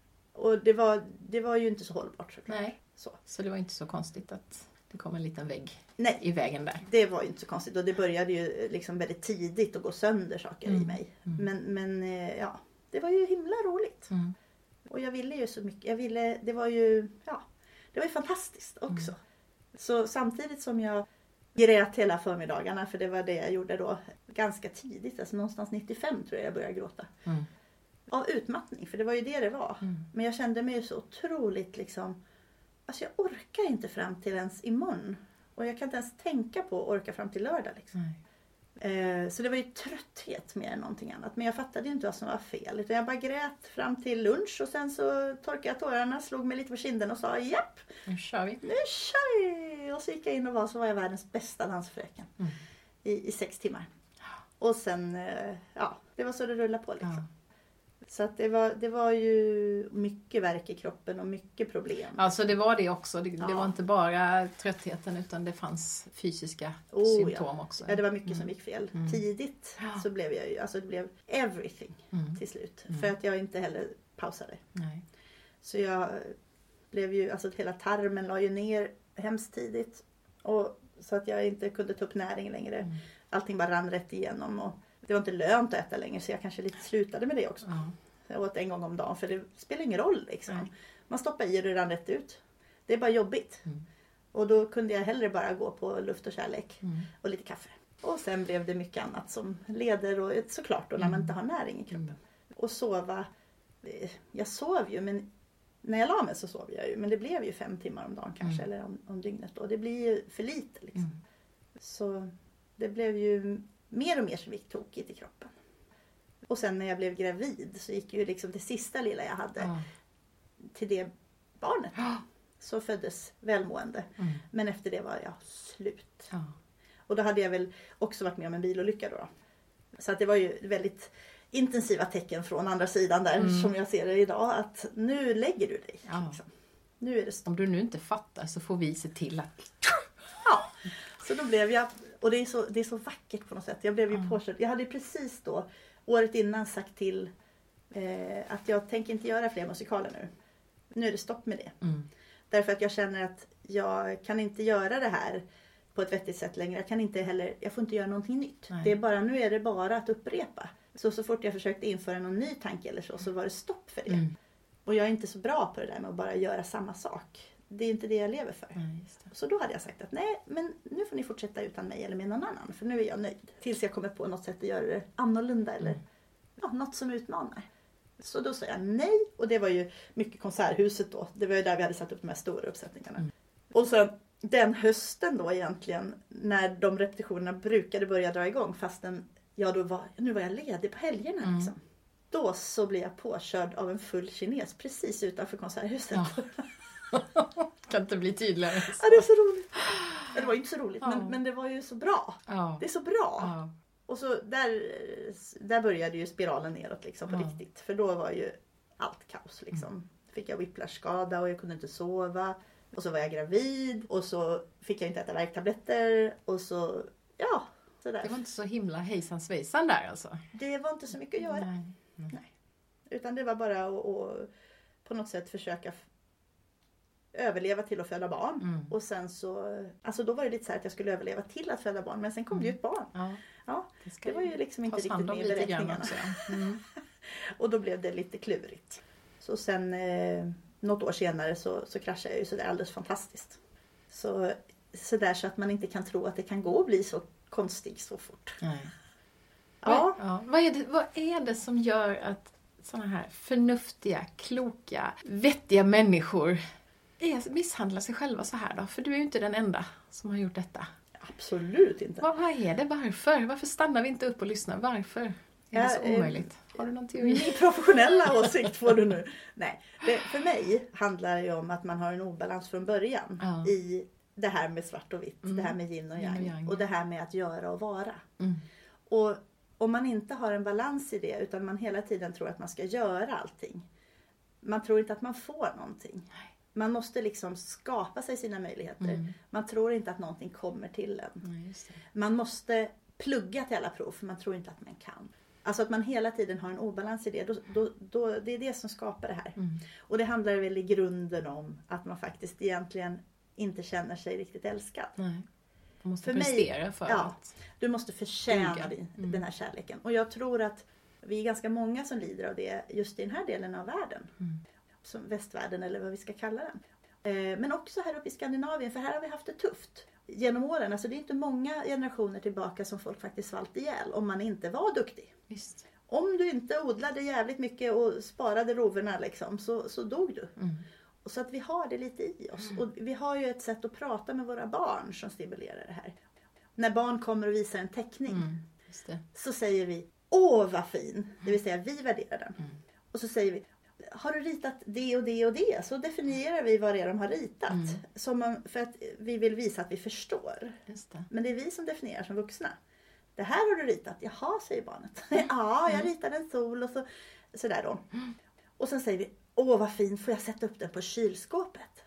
Och det var, det var ju inte så hållbart såklart. Nej. Så. Så det var inte så konstigt att det kom en liten vägg Nej, i vägen där. det var ju inte så konstigt. Och det började ju liksom väldigt tidigt att gå sönder saker Mm. i mig. Mm. Men, men eh, ja, det var ju himla roligt. Mm. Och jag ville ju så mycket. Jag ville, det var ju, ja, det var ju fantastiskt också. Mm. Så samtidigt som jag grät hela förmiddagarna, för det var det jag gjorde då ganska tidigt, alltså någonstans nittiofem tror jag jag började gråta. Mm. Av utmattning, för det var ju det det var. Mm. Men jag kände mig ju så otroligt liksom, alltså jag orkar inte fram till ens imorgon. Och jag kan inte ens tänka på att orka fram till lördag liksom. Nej. Eh, så det var ju trötthet mer än någonting annat. Men jag fattade ju inte vad som var fel. Utan jag bara grät fram till lunch och sen så torkade jag tårarna, slog mig lite på kinden och sa japp, Nu kör vi. nu kör vi! Och så gick jag in och var, så var jag världens bästa dansfröken Mm. i, i sex timmar. Och sen, eh, ja, det var så det rullade på liksom. Ja. Så att det var, det var ju mycket värk i kroppen och mycket problem. Alltså det var det också. Det, Ja. det var inte bara tröttheten utan det fanns fysiska Oh, symptom också. Ja, det var mycket Mm. som gick fel. Mm. Tidigt Ja. så blev jag ju, alltså det blev everything Mm. till slut. Mm. För att jag inte heller pausade. Nej. Så jag blev ju, alltså hela tarmen la ju ner hemskt tidigt. Och, så att jag inte kunde ta upp näring längre. Mm. Allting bara rann rätt igenom. Och det var inte lönt att äta längre så jag kanske lite slutade med det också. Ja. Jag åt en gång om dagen för det spelar ingen roll liksom. Nej. Man stoppar i och det rann rätt ut. Det är bara jobbigt. Mm. Och då kunde jag hellre bara gå på luft och kärlek. Mm. Och lite kaffe. Och sen blev det mycket annat som leder och såklart då när man Mm. inte har näring i kroppen. Mm. Och sova. Jag sov ju men när jag la mig så sov jag ju. Men det blev ju fem timmar om dagen kanske. Mm. Eller om, om dygnet då. Det blir ju för lite liksom. Mm. Så det blev ju mer och mer som gick tokigt i kroppen. Och sen när jag blev gravid så gick ju liksom det sista lilla jag hade Ja. till det barnet. Ja. Så föddes välmående. Mm. Men efter det var jag slut. Ja. Och då hade jag väl också varit med om en bilolycka då. Så att det var ju väldigt intensiva tecken från andra sidan där Mm. som jag ser det idag. Att nu lägger du dig. Ja. Liksom. Nu är det stopp. Om du nu inte fattar så får vi se till att... Ja. Så då blev jag, och det är så, det är så vackert på något sätt. Jag blev ju Mm. påkörd. Jag hade precis då året innan sagt till eh, att jag tänker inte göra fler musikaler nu. Nu är det stopp med det. Mm. Därför att jag känner att jag kan inte göra det här på ett vettigt sätt längre. Jag kan inte heller, jag får inte göra någonting nytt. Nej. Det är bara, nu är det bara att upprepa. Så så fort jag försökte införa någon ny tanke eller så, så var det stopp för det. Mm. Och jag är inte så bra på det där med att bara göra samma sak. Det är inte det jag lever för. Nej, just det. Så då hade jag sagt att nej, men nu får ni fortsätta utan mig eller med någon annan. För nu är jag nöjd. Tills jag kommer på något sätt att göra det annorlunda eller Mm. ja, något som utmanar. Så då sa jag nej. Och det var ju mycket Konserthuset då. Det var ju där vi hade satt upp de här stora uppsättningarna. Mm. Och sen den hösten då egentligen, när de repetitionerna brukade börja dra igång, fastän ja, då var, nu var jag ledig på helgerna Mm. liksom. Då så blev jag påkörd av en full kines precis utanför Konserthuset. Ja. Kan inte bli tydligare. Ja, det är så roligt. Ja, det var ju inte så roligt, Ja. men, men det var ju så bra. Ja. Det är så bra. Ja. Och så där, där började ju spiralen neråt liksom på Ja. riktigt. För då var ju allt kaos liksom. Fick jag whiplash-skada och jag kunde inte sova. Och så var jag gravid och så fick jag inte äta värktabletter. Och så, ja, sådär. Det var inte så himla hejsan svejsan där alltså. Det var inte så mycket att göra. Nej. Nej. Utan det var bara att, att på något sätt försöka f- överleva till att föda barn. Mm. Och sen så, alltså då var det lite så här att jag skulle överleva till att föda barn. Men sen kom Mm. det ju ett barn. Ja, Ja, det, ska det var ju liksom inte riktigt med i lite grann beräkningarna. också. Mm. Och då blev det lite klurigt. Så sen eh, något år senare så, så kraschade jag ju, så det är alldeles fantastiskt. Så, så där så att man inte kan tro att det kan gå och bli så konstig så fort. Nej. Ja. Ja. Vad, är det, vad är det som gör att såna här förnuftiga, kloka, vettiga människor är, misshandlar sig själva så här då? För du är ju inte den enda som har gjort detta. Absolut inte. Vad, vad är det? Varför? Varför stannar vi inte upp och lyssnar? Varför är det så Ja, omöjligt? Har du någon teori? Min professionella åsikt får du nu. Nej, det, för mig handlar det ju om att man har en obalans från början. Ja. I det här med svart och vitt. Mm. Det här med yin och Yin och yang. yang. Och det här med att göra och vara. Mm. Och om man inte har en balans i det, utan man hela tiden tror att man ska göra allting. Man tror inte att man får någonting. Man måste liksom skapa sig sina möjligheter. Mm. Man tror inte att någonting kommer till en. Nej, just det. Man måste plugga till alla prov, för man tror inte att man kan. Alltså att man hela tiden har en obalans i det. Då, då, då, det är det som skapar det här. Mm. Och det handlar väl i grunden om att man faktiskt egentligen inte känner sig riktigt älskad. Nej. Man måste För mig- prestera för ja. att... Du måste förtjäna Duga. din, Mm. den här kärleken. Och jag tror att vi är ganska många som lider av det just i den här delen av världen. Mm. Som västvärlden eller vad vi ska kalla den. Eh, Men också här uppe i Skandinavien, för här har vi haft det tufft. Genom åren, alltså det är inte många generationer tillbaka som folk faktiskt svalt ihjäl om man inte var duktig. Visst. Om du inte odlade jävligt mycket och sparade roverna liksom, så, så dog du. Mm. Och så att vi har det lite i oss. Och vi har ju ett sätt att prata med våra barn som stimulerar det här. När barn kommer och visar en teckning Mm. Just det. så säger vi, åh vad fin. Det vill säga vi värderar den. Mm. Och så säger vi, har du ritat det och det och det? Så definierar vi vad det är de har ritat. Mm. Som man, för att vi vill visa att vi förstår. Just det. Men det är vi som definierar som vuxna. Det här har du ritat. Jaha, säger barnet. Ja, jag ritade en sol och så, sådär då. Och sen säger vi, åh vad fin, får jag sätta upp den på kylskåpet?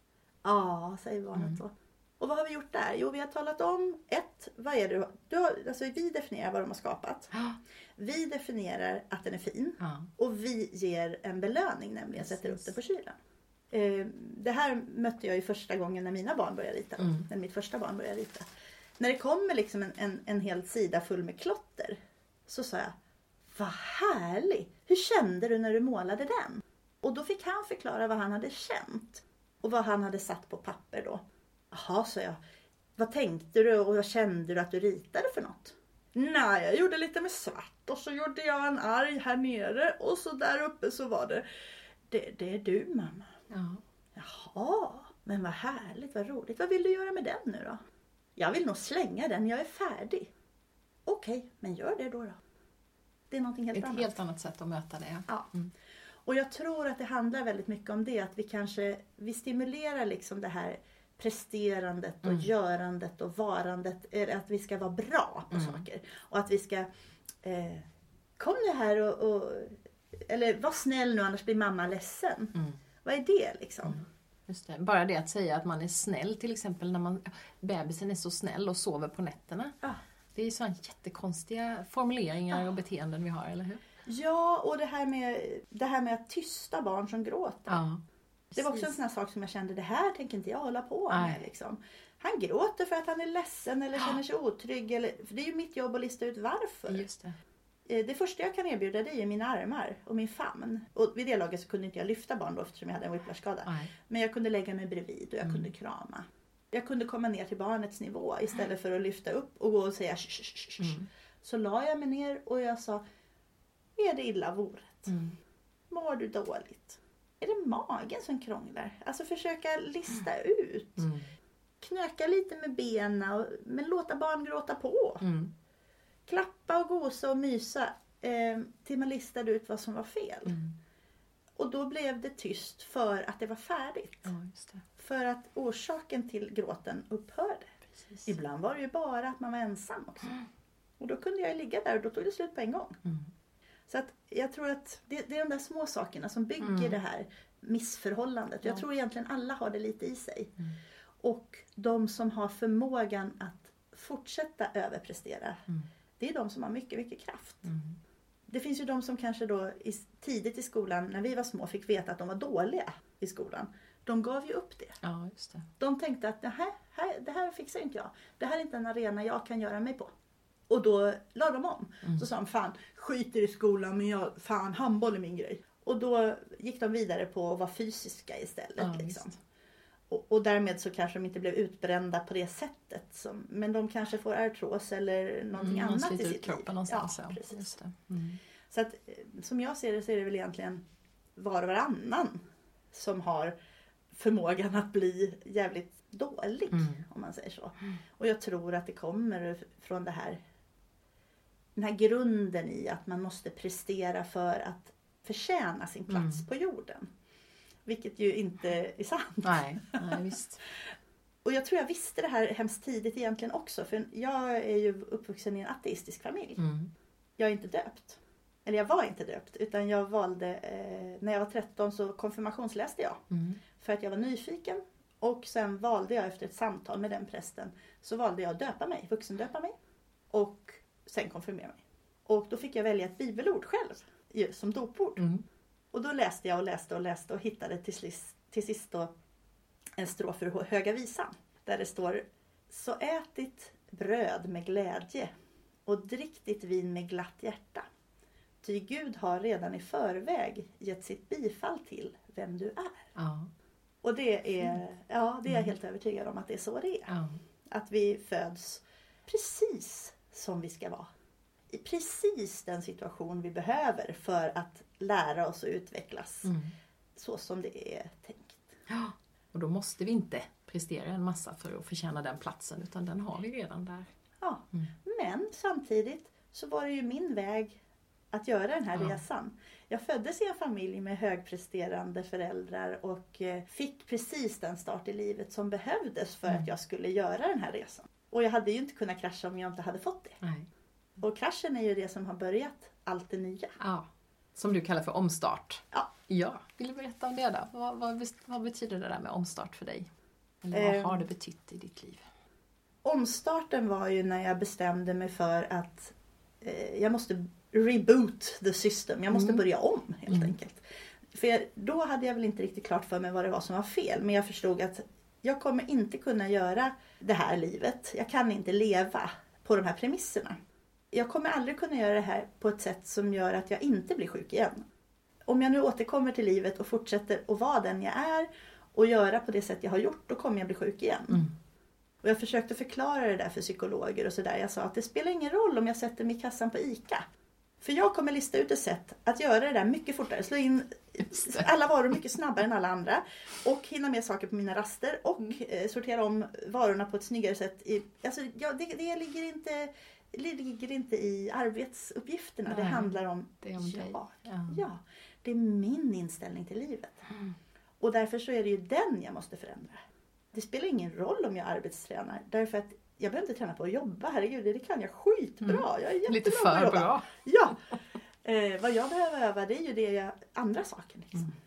Ja, säger barnet Mm. då. Och vad har vi gjort där? Jo, vi har talat om ett, vad är det du har, alltså vi definierar vad de har skapat. Ja. Vi definierar att den är fin. Ja. Och vi ger en belöning, nämligen Precis. sätter upp den på kylen. Eh, det här mötte jag ju första gången när mina barn började rita. Mm. När mitt första barn började rita. När det kommer liksom en, en, en hel sida full med klotter. Så sa jag, vad härlig! Hur kände du när du målade den? Och då fick han förklara vad han hade känt. Och vad han hade satt på papper då. Jaha, sa jag. Vad tänkte du och vad kände du att du ritade för något? Nej, jag gjorde lite med svart och så gjorde jag en arg här nere och så där uppe så var det. Det, det är du, mamma. Ja. Jaha, men vad härligt, vad roligt. Vad vill du göra med den nu då? Jag vill nog slänga den, jag är färdig. Okej, men gör det då då. Det är någonting helt Ett annat. helt annat sätt att möta det. Ja. Mm. Och jag tror att det handlar väldigt mycket om det. Att vi kanske, vi stimulerar liksom det här presterandet och Mm. görandet och varandet. Eller att vi ska vara bra på Mm. saker. Och att vi ska, eh, kom nu här och, och, eller var snäll nu annars blir mamma ledsen. Mm. Vad är det liksom? Mm. Just det. Bara det att säga att man är snäll, till exempel när man, bebisen är så snäll och sover på nätterna. Ja. Det är ju sådana jättekonstiga formuleringar Ja. och beteenden vi har, eller hur? Ja, och det här med, det här med att tysta barn som gråter. Ja. Det var också en Precis. sån här sak som jag kände, det här tänker inte jag hålla på Nej. med. Liksom. Han gråter för att han är ledsen eller känner sig otrygg. Eller, för det är ju mitt jobb att lista ut varför. Just det. Eh, Det första jag kan erbjuda det är mina armar och min famn. Och vid det laget så kunde inte jag lyfta barn då eftersom jag hade en whiplashskada. Nej. Men jag kunde lägga mig bredvid och jag Mm. kunde krama. Jag kunde komma ner till barnets nivå istället för att lyfta upp och gå och säga shh, shh, shh, shh. Mm. Så la jag mig ner och jag sa, är det illa voret? Mm. Mår du dåligt? Är det magen som krånglar? Alltså försöka lista ut. Mm. Knöka lite med benen, och, men låta barn gråta på. Mm. Klappa och gosa och mysa eh, till man listade ut vad som var fel. Mm. Och då blev det tyst för att det var färdigt. Ja, just det. För att orsaken till gråten upphörde. Precis. Ibland var det ju bara att man var ensam också. Och då kunde jag ligga där och då tog det slut på en gång. Mm. Så att jag tror att det, det är de där små sakerna som bygger Mm. det här missförhållandet. Jag Ja. tror egentligen alla har det lite i sig. Mm. Och de som har förmågan att fortsätta överprestera, Mm. det är de som har mycket, mycket kraft. Mm. Det finns ju de som kanske då i, tidigt i skolan, när vi var små, fick veta att de var dåliga i skolan. de gav ju upp det. Ja, just det. De tänkte att det här, här, det här fixar inte jag. Det här är inte en arena jag kan göra mig på. Och då la de om. Mm. Så sa de, fan, skiter i skolan, men jag, fan, handboll är min grej. Och då gick de vidare på att vara fysiska istället. Ja, liksom. och, och därmed så kanske de inte blev utbrända på det sättet. Som, men de kanske får artros eller någonting mm, annat i sitt liv. Någonstans, ja, precis. Just det. Mm. Så att, som jag ser det så är det väl egentligen var och varannan som har förmågan att bli jävligt dålig, mm. om man säger så. Mm. Och jag tror att det kommer från det här, den här grunden i att man måste prestera för att förtjäna sin plats mm. på jorden. Vilket ju inte är sant. Nej, nej visst. Och jag tror jag visste det här hemskt tidigt egentligen också. För jag är ju uppvuxen i en ateistisk familj. Mm. Jag är inte döpt. Eller jag var inte döpt. Utan jag valde, eh, när jag var tretton så konfirmationsläste jag. Mm. För att jag var nyfiken. Och sen valde jag efter ett samtal med den prästen. Så valde jag att döpa mig, vuxendöpa mig. Och sen konfirmera mig. Och då fick jag välja ett bibelord själv. Som dopord. Mm. Och då läste jag och läste och läste och hittade till sist, till sist då en strof ur Höga visan. Där det står: så ät ditt bröd med glädje och drick ditt vin med glatt hjärta. Ty Gud har redan i förväg gett sitt bifall till vem du är. Ja. Och det är, ja, det är jag helt övertygad om att det är så det är. Ja. Att vi föds precis som vi ska vara. I precis den situation vi behöver för att lära oss och utvecklas. Mm. Så som det är tänkt. Ja, och då måste vi inte prestera en massa för att förtjäna den platsen. Utan den har vi redan där. Ja, mm. Men samtidigt så var det ju min väg att göra den här ja. resan. Jag föddes i en familj med högpresterande föräldrar och fick precis den start i livet som behövdes för mm. att jag skulle göra den här resan. Och jag hade ju inte kunnat krascha om jag inte hade fått det. Nej. Och kraschen är ju det som har börjat allt det nya. Ja, som du kallar för omstart. Ja. Ja, vill du berätta om det då? Vad, vad, vad betyder det där med omstart för dig? Eller vad eh, har det betytt i ditt liv? Omstarten var ju när jag bestämde mig för att eh, jag måste reboot the system. Jag måste mm. börja om helt mm. enkelt. För jag, då hade jag väl inte riktigt klart för mig vad det var som var fel. Men jag förstod att jag kommer inte kunna göra det här livet. Jag kan inte leva på de här premisserna. Jag kommer aldrig kunna göra det här på ett sätt som gör att jag inte blir sjuk igen. Om jag nu återkommer till livet och fortsätter att vara den jag är och göra på det sätt jag har gjort, då kommer jag bli sjuk igen. Mm. Och jag försökte förklara det där för psykologer och sådär. Jag sa att det spelar ingen roll om jag sätter mig i kassan på ICA. För jag kommer lista ut ett sätt att göra det där mycket fortare. Slå in alla varor mycket snabbare än alla andra. Och hinna med saker på mina raster. Och mm. sortera om varorna på ett snyggare sätt. I, alltså, ja, det, det ligger inte... Det ligger inte i arbetsuppgifterna. Nej, det handlar om, det är om jag. dig. Ja. ja, det är min inställning till livet. Mm. Och därför så är det ju den jag måste förändra. Det spelar ingen roll om jag arbetstränar. Därför att jag behöver inte träna på att jobba. Herregud, det kan jag skitbra. Mm. Jag är jättebra Lite för bra. Ja. Eh, vad jag behöver öva, det är ju det jag, andra saker. Liksom. Mm.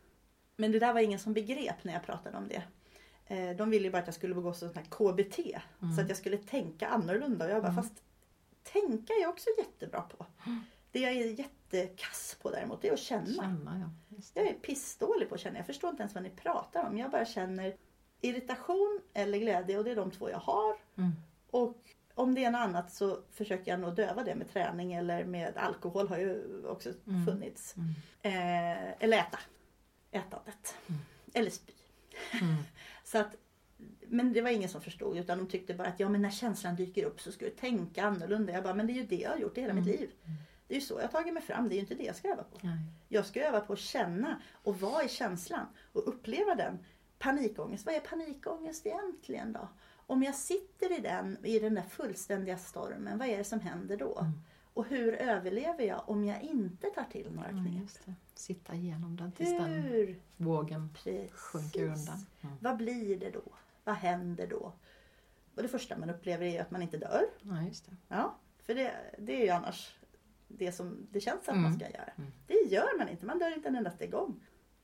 Men det där var ingen som begrep när jag pratade om det. Eh, de ville ju bara att jag skulle begå sån här K B T. Mm. Så att jag skulle tänka annorlunda. Och jag bara, mm. fast tänka är jag också jättebra på. Mm. Det jag är jättekass på däremot, det är att känna. känna ja. Just det. Jag är pissdålig på att känna. Jag förstår inte ens vad ni pratar om. Jag bara känner irritation eller glädje och det är de två jag har. Mm. Och om det är något annat så försöker jag nog döva det med träning eller med alkohol har ju också mm. funnits. Mm. Eh, eller äta. Ätandet. Mm. Eller spy. Mm. Så att, men det var ingen som förstod utan de tyckte bara att ja men när känslan dyker upp så ska du tänka annorlunda. Jag bara men det är ju det jag har gjort i hela mm. mitt liv. Mm. Det är ju så jag har tagit mig fram. Det är ju inte det jag ska öva på. Nej. Jag ska öva på att känna och vara i känslan och uppleva den. Panikångest. Vad är panikångest egentligen då? Om jag sitter i den, i den där fullständiga stormen, vad är det som händer då? Mm. Och hur överlever jag om jag inte tar till några knep? Mm, just det. Sitta igenom den tills hur? den vågen Precis. sjunker undan. Mm. Vad blir det då? Vad händer då? Och det första man upplever är ju att man inte dör. Ja, just det. Ja, för det, det är ju annars det som det känns att mm. man ska göra. Mm. Det gör man inte. Man dör inte en endaste gång.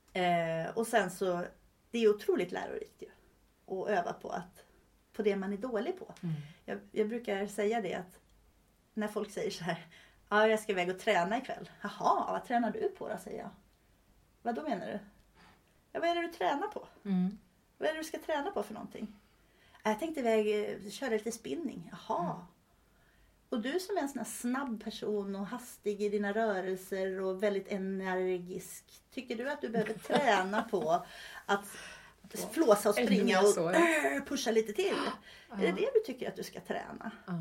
Eh, och sen så, det är otroligt lärorikt ju. Att öva på att på det man är dålig på. Mm. Jag, jag brukar säga det att när folk säger så här, ja jag ska iväg och träna ikväll. Jaha, vad tränar du på då, säger jag. Vad då menar du? Ja, vad är det du tränar på? Mm. Vad är det du ska träna på för någonting? Jag tänkte iväg köra lite spinning. Jaha. Mm. Och du som är en sån här snabb person och hastig i dina rörelser och väldigt energisk. Tycker du att du behöver träna på att flåsa och springa och äh, pusha lite till? Ja. Är det det du tycker att du ska träna? Ja.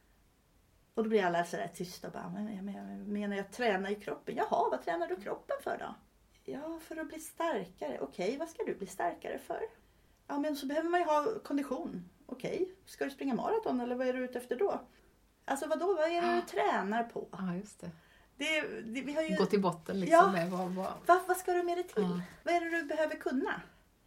Och då blir alla så där tysta och bara, men jag menar jag tränar i kroppen. Jaha, vad tränar du kroppen för då? Ja, för att bli starkare. Okej, vad ska du bli starkare för? Ja, men så behöver man ju ha kondition. Okej, ska du springa maraton eller vad är du ute efter då? Alltså vadå, vad är det du tränar på? Ja, just det. det, det vi har ju... Gå till botten liksom. Ja, med vad, vad... Vad, vad ska du med det till? Ja. Vad är det du behöver kunna?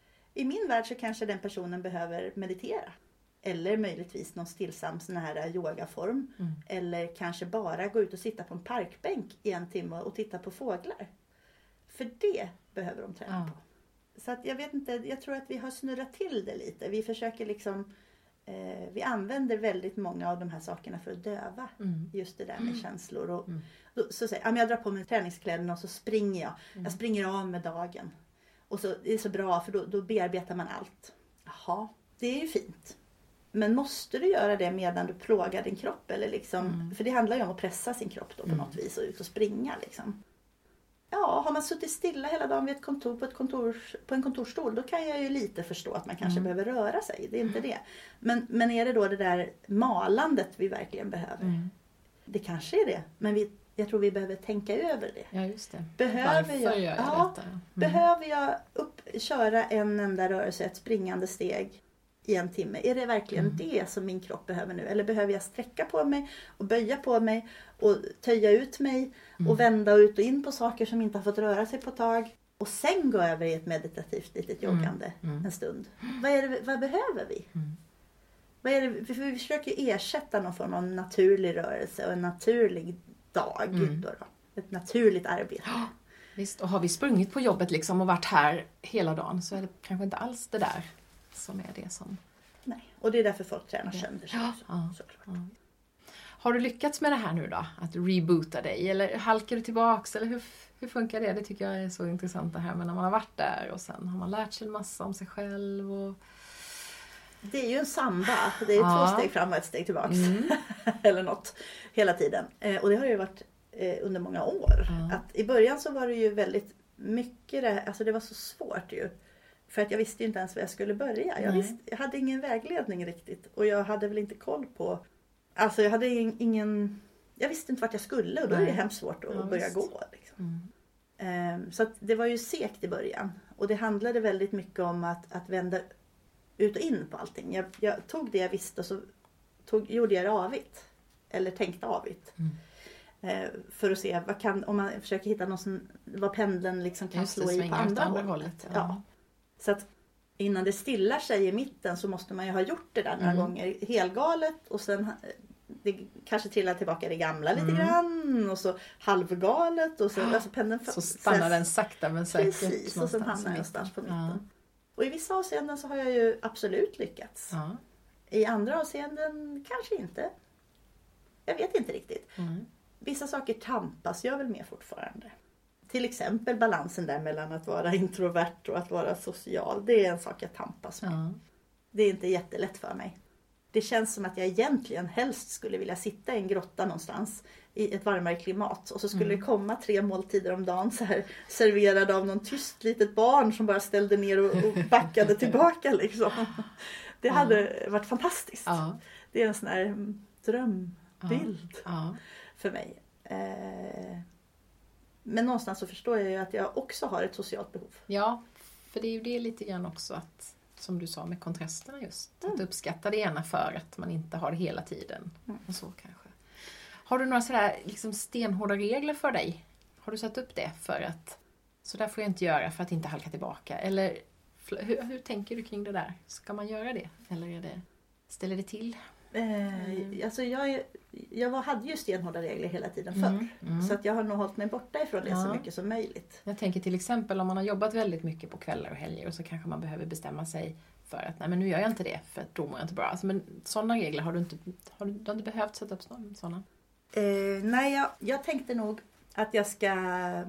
I min värld så kanske den personen behöver meditera. Eller möjligtvis någon stillsam sån här yogaform. Mm. Eller kanske bara gå ut och sitta på en parkbänk i en timme och titta på fåglar. För det behöver de träna ja. på. Så att jag vet inte, jag tror att vi har snurrat till det lite. Vi försöker liksom, eh, vi använder väldigt många av de här sakerna för att döva. Mm. Just det där med mm. känslor. Och, mm. då, så säger jag, jag drar på mig träningskläderna och så springer jag. Mm. Jag springer av med dagen. Och så, det är så bra för då, då bearbetar man allt. Jaha, det är ju fint. Men måste du göra det medan du plågar din kropp? Eller liksom, mm. För det handlar ju om att pressa sin kropp då på mm. något vis och ut och springa liksom. Ja, har man suttit stilla hela dagen vid ett kontor på, ett kontor, på en kontorsstol, då kan jag ju lite förstå att man kanske mm. behöver röra sig. Det är inte det. Men, men är det då det där malandet vi verkligen behöver? Mm. Det kanske är det, men vi, jag tror vi behöver tänka över det. Ja, just det. Behöver jag, jag ja, mm. behöver jag upp, köra en enda rörelse, ett springande steg i en timme? Är det verkligen mm. det som min kropp behöver nu? Eller behöver jag sträcka på mig och böja på mig och töja ut mig mm. och vända ut och in på saker som inte har fått röra sig på ett tag och sen gå över i ett meditativt litet yoggande mm. Mm. en stund? Vad, är det, vad behöver vi? Mm. Vad är det, för vi försöker ersätta någon form av naturlig rörelse och en naturlig dag. Mm. Då då. Ett naturligt arbete. Ja, visst, och har vi sprungit på jobbet liksom och varit här hela dagen så är det kanske inte alls det där som är det som... Nej, och det är därför folk tränar sönder sig. Ja. Så, Ja. såklart. Ja. Har du lyckats med det här nu då? Att reboota dig? Eller halkar du tillbaks? Eller hur, hur funkar det? Det tycker jag är så intressant det här. Men när man har varit där och sen har man lärt sig en massa om sig själv. Och... Det är ju en samba. Det är ja. två steg fram och ett steg tillbaks. Mm. Eller något. Hela tiden. Eh, och det har ju varit eh, under många år. Ja. Att i början så var det ju väldigt mycket det, alltså det var så svårt ju. För att jag visste ju inte ens var jag skulle börja. Jag, visste, jag hade ingen vägledning riktigt. Och jag hade väl inte koll på... Alltså jag hade ingen... Jag visste inte vart jag skulle och då Nej. är det hemskt svårt att ja, börja visst. gå. Liksom. Mm. Um, så att det var ju segt i början. Och det handlade väldigt mycket om att, att vända ut och in på allting. Jag, jag tog det jag visste och så tog, gjorde jag det avigt. Eller tänkte avigt. Mm. Uh, för att se vad kan, om man försöker hitta någon som, vad pendeln liksom kan Just slå det, i på andra, andra hållet. hållet. Ja. Ja. Så att innan det stillar sig i mitten så måste man ju ha gjort det där några mm. gånger helgalet och sen det kanske trillar tillbaka det gamla lite mm. grann och så halvgalet och så, alltså pendeln så stannar den sakta men säkert. Precis, och sen hamnar jag någonstans på mitten. Ja. Och i vissa avseenden så har jag ju absolut lyckats. Ja. I andra avseenden kanske inte. Jag vet inte riktigt. Mm. Vissa saker tampas jag väl med fortfarande. Till exempel balansen där mellan att vara introvert och att vara social. Det är en sak jag tampas med. Ja. Det är inte jättelätt för mig. Det känns som att jag egentligen helst skulle vilja sitta i en grotta någonstans i ett varmare klimat. Och så skulle mm. det komma tre måltider om dagen så här, serverade av någon tyst litet barn som bara ställde ner och, och backade tillbaka. Liksom. Det ja. hade varit fantastiskt. Ja. Det är en sån här drömbild ja. Ja. för mig. Eh, Men någonstans så förstår jag ju att jag också har ett socialt behov. Ja, för det är ju det lite grann också att, som du sa med kontrasterna just. Mm. Att uppskatta det ena för att man inte har det hela tiden. Mm. Och så kanske. Har du några sådär liksom stenhårda regler för dig? Har du satt upp det för att så där får jag inte göra för att inte halka tillbaka? Eller hur, hur tänker du kring det där? Ska man göra det? Eller är det, ställer det till? Eh, alltså jag, jag var, hade ju stenhårda regler hela tiden förr. Mm, mm. Så att jag har nog hållit mig borta ifrån det ja. så mycket som möjligt. Jag tänker till exempel om man har jobbat väldigt mycket på kvällar och helger och så kanske man behöver bestämma sig för att nej men nu gör jag inte det för att då mår jag inte bra. Alltså, men sådana regler har du inte, har du, du har inte behövt sätta upp sådana? Eh, nej, jag, jag tänkte nog att jag ska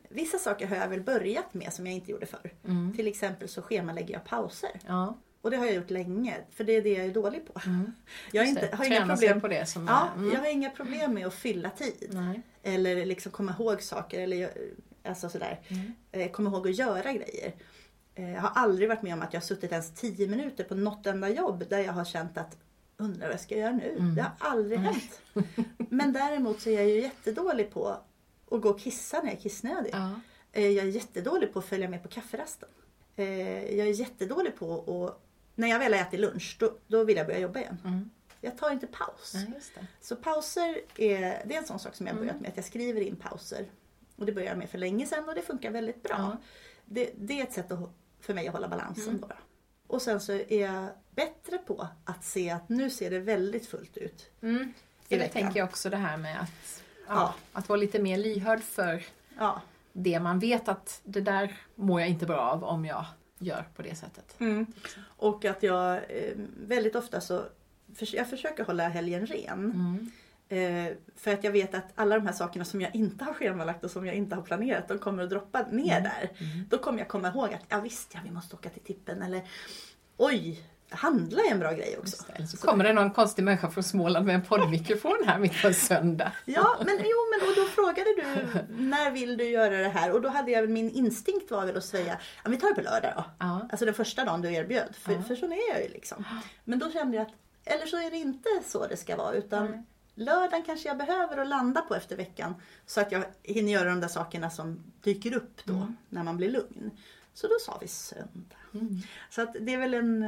vissa saker har jag väl börjat med som jag inte gjorde förr. Mm. Till exempel så schemalägger jag pauser. Ja. Och det har jag gjort länge, för det är det jag är dålig på. Mm. Jag, inte, har inga problem, på det som ja, är, mm. jag har inga problem med att fylla tid. Nej. Eller liksom komma ihåg saker. Eller alltså sådär. Mm. Komma ihåg att göra grejer. Jag har aldrig varit med om att jag har suttit ens tio minuter på något enda jobb där jag har känt att undrar vad jag ska göra nu. Mm. Det har aldrig mm. hänt. Men däremot så är jag ju jättedålig på att gå och kissa när jag är kissnödig. Ja. Jag är jättedålig på att följa med på kafferasten. Jag är jättedålig på att, när jag väl har ätit lunch, då, då vill jag börja jobba igen. Mm. Jag tar inte paus. Ja, just det. Så pauser är, det är en sån sak som jag har börjat med. Att jag skriver in pauser. Och det började jag med för länge sedan och det funkar väldigt bra. Ja. Det, det är ett sätt att, för mig att hålla balansen mm. bara. Och sen så är jag bättre på att se att nu ser det väldigt fullt ut. Mm. För det tänker jag också det här med att, ja, ja. att vara lite mer lyhörd för ja. det man vet att det där mår jag inte bra av om jag gör på det sättet. Mm. Och att jag väldigt ofta så jag försöker hålla helgen ren. Mm. Eh, för att jag vet att alla de här sakerna som jag inte har schemalagt och som jag inte har planerat, de kommer att droppa ner mm. där. Mm. Då kommer jag komma ihåg att ja visst, ja, vi måste åka till tippen. Eller oj, handla är en bra grej också. Eller så, så kommer det någon konstig människa från Småland med en poddmikrofon här mitt på en söndag. Ja, men, jo, men och då frågade du när vill du göra det här? Och då hade jag min instinkt var väl att säga ja, vi tar det på lördag då. Ja. Alltså den första dagen du erbjöd. För, ja. för så är jag ju liksom. Men då kände jag att eller så är det inte så det ska vara utan mm. lördagen kanske jag behöver att landa på efter veckan. Så att jag hinner göra de där sakerna som dyker upp då mm. när man blir lugn. Så då sa vi söndag. Mm. Så att det är väl en,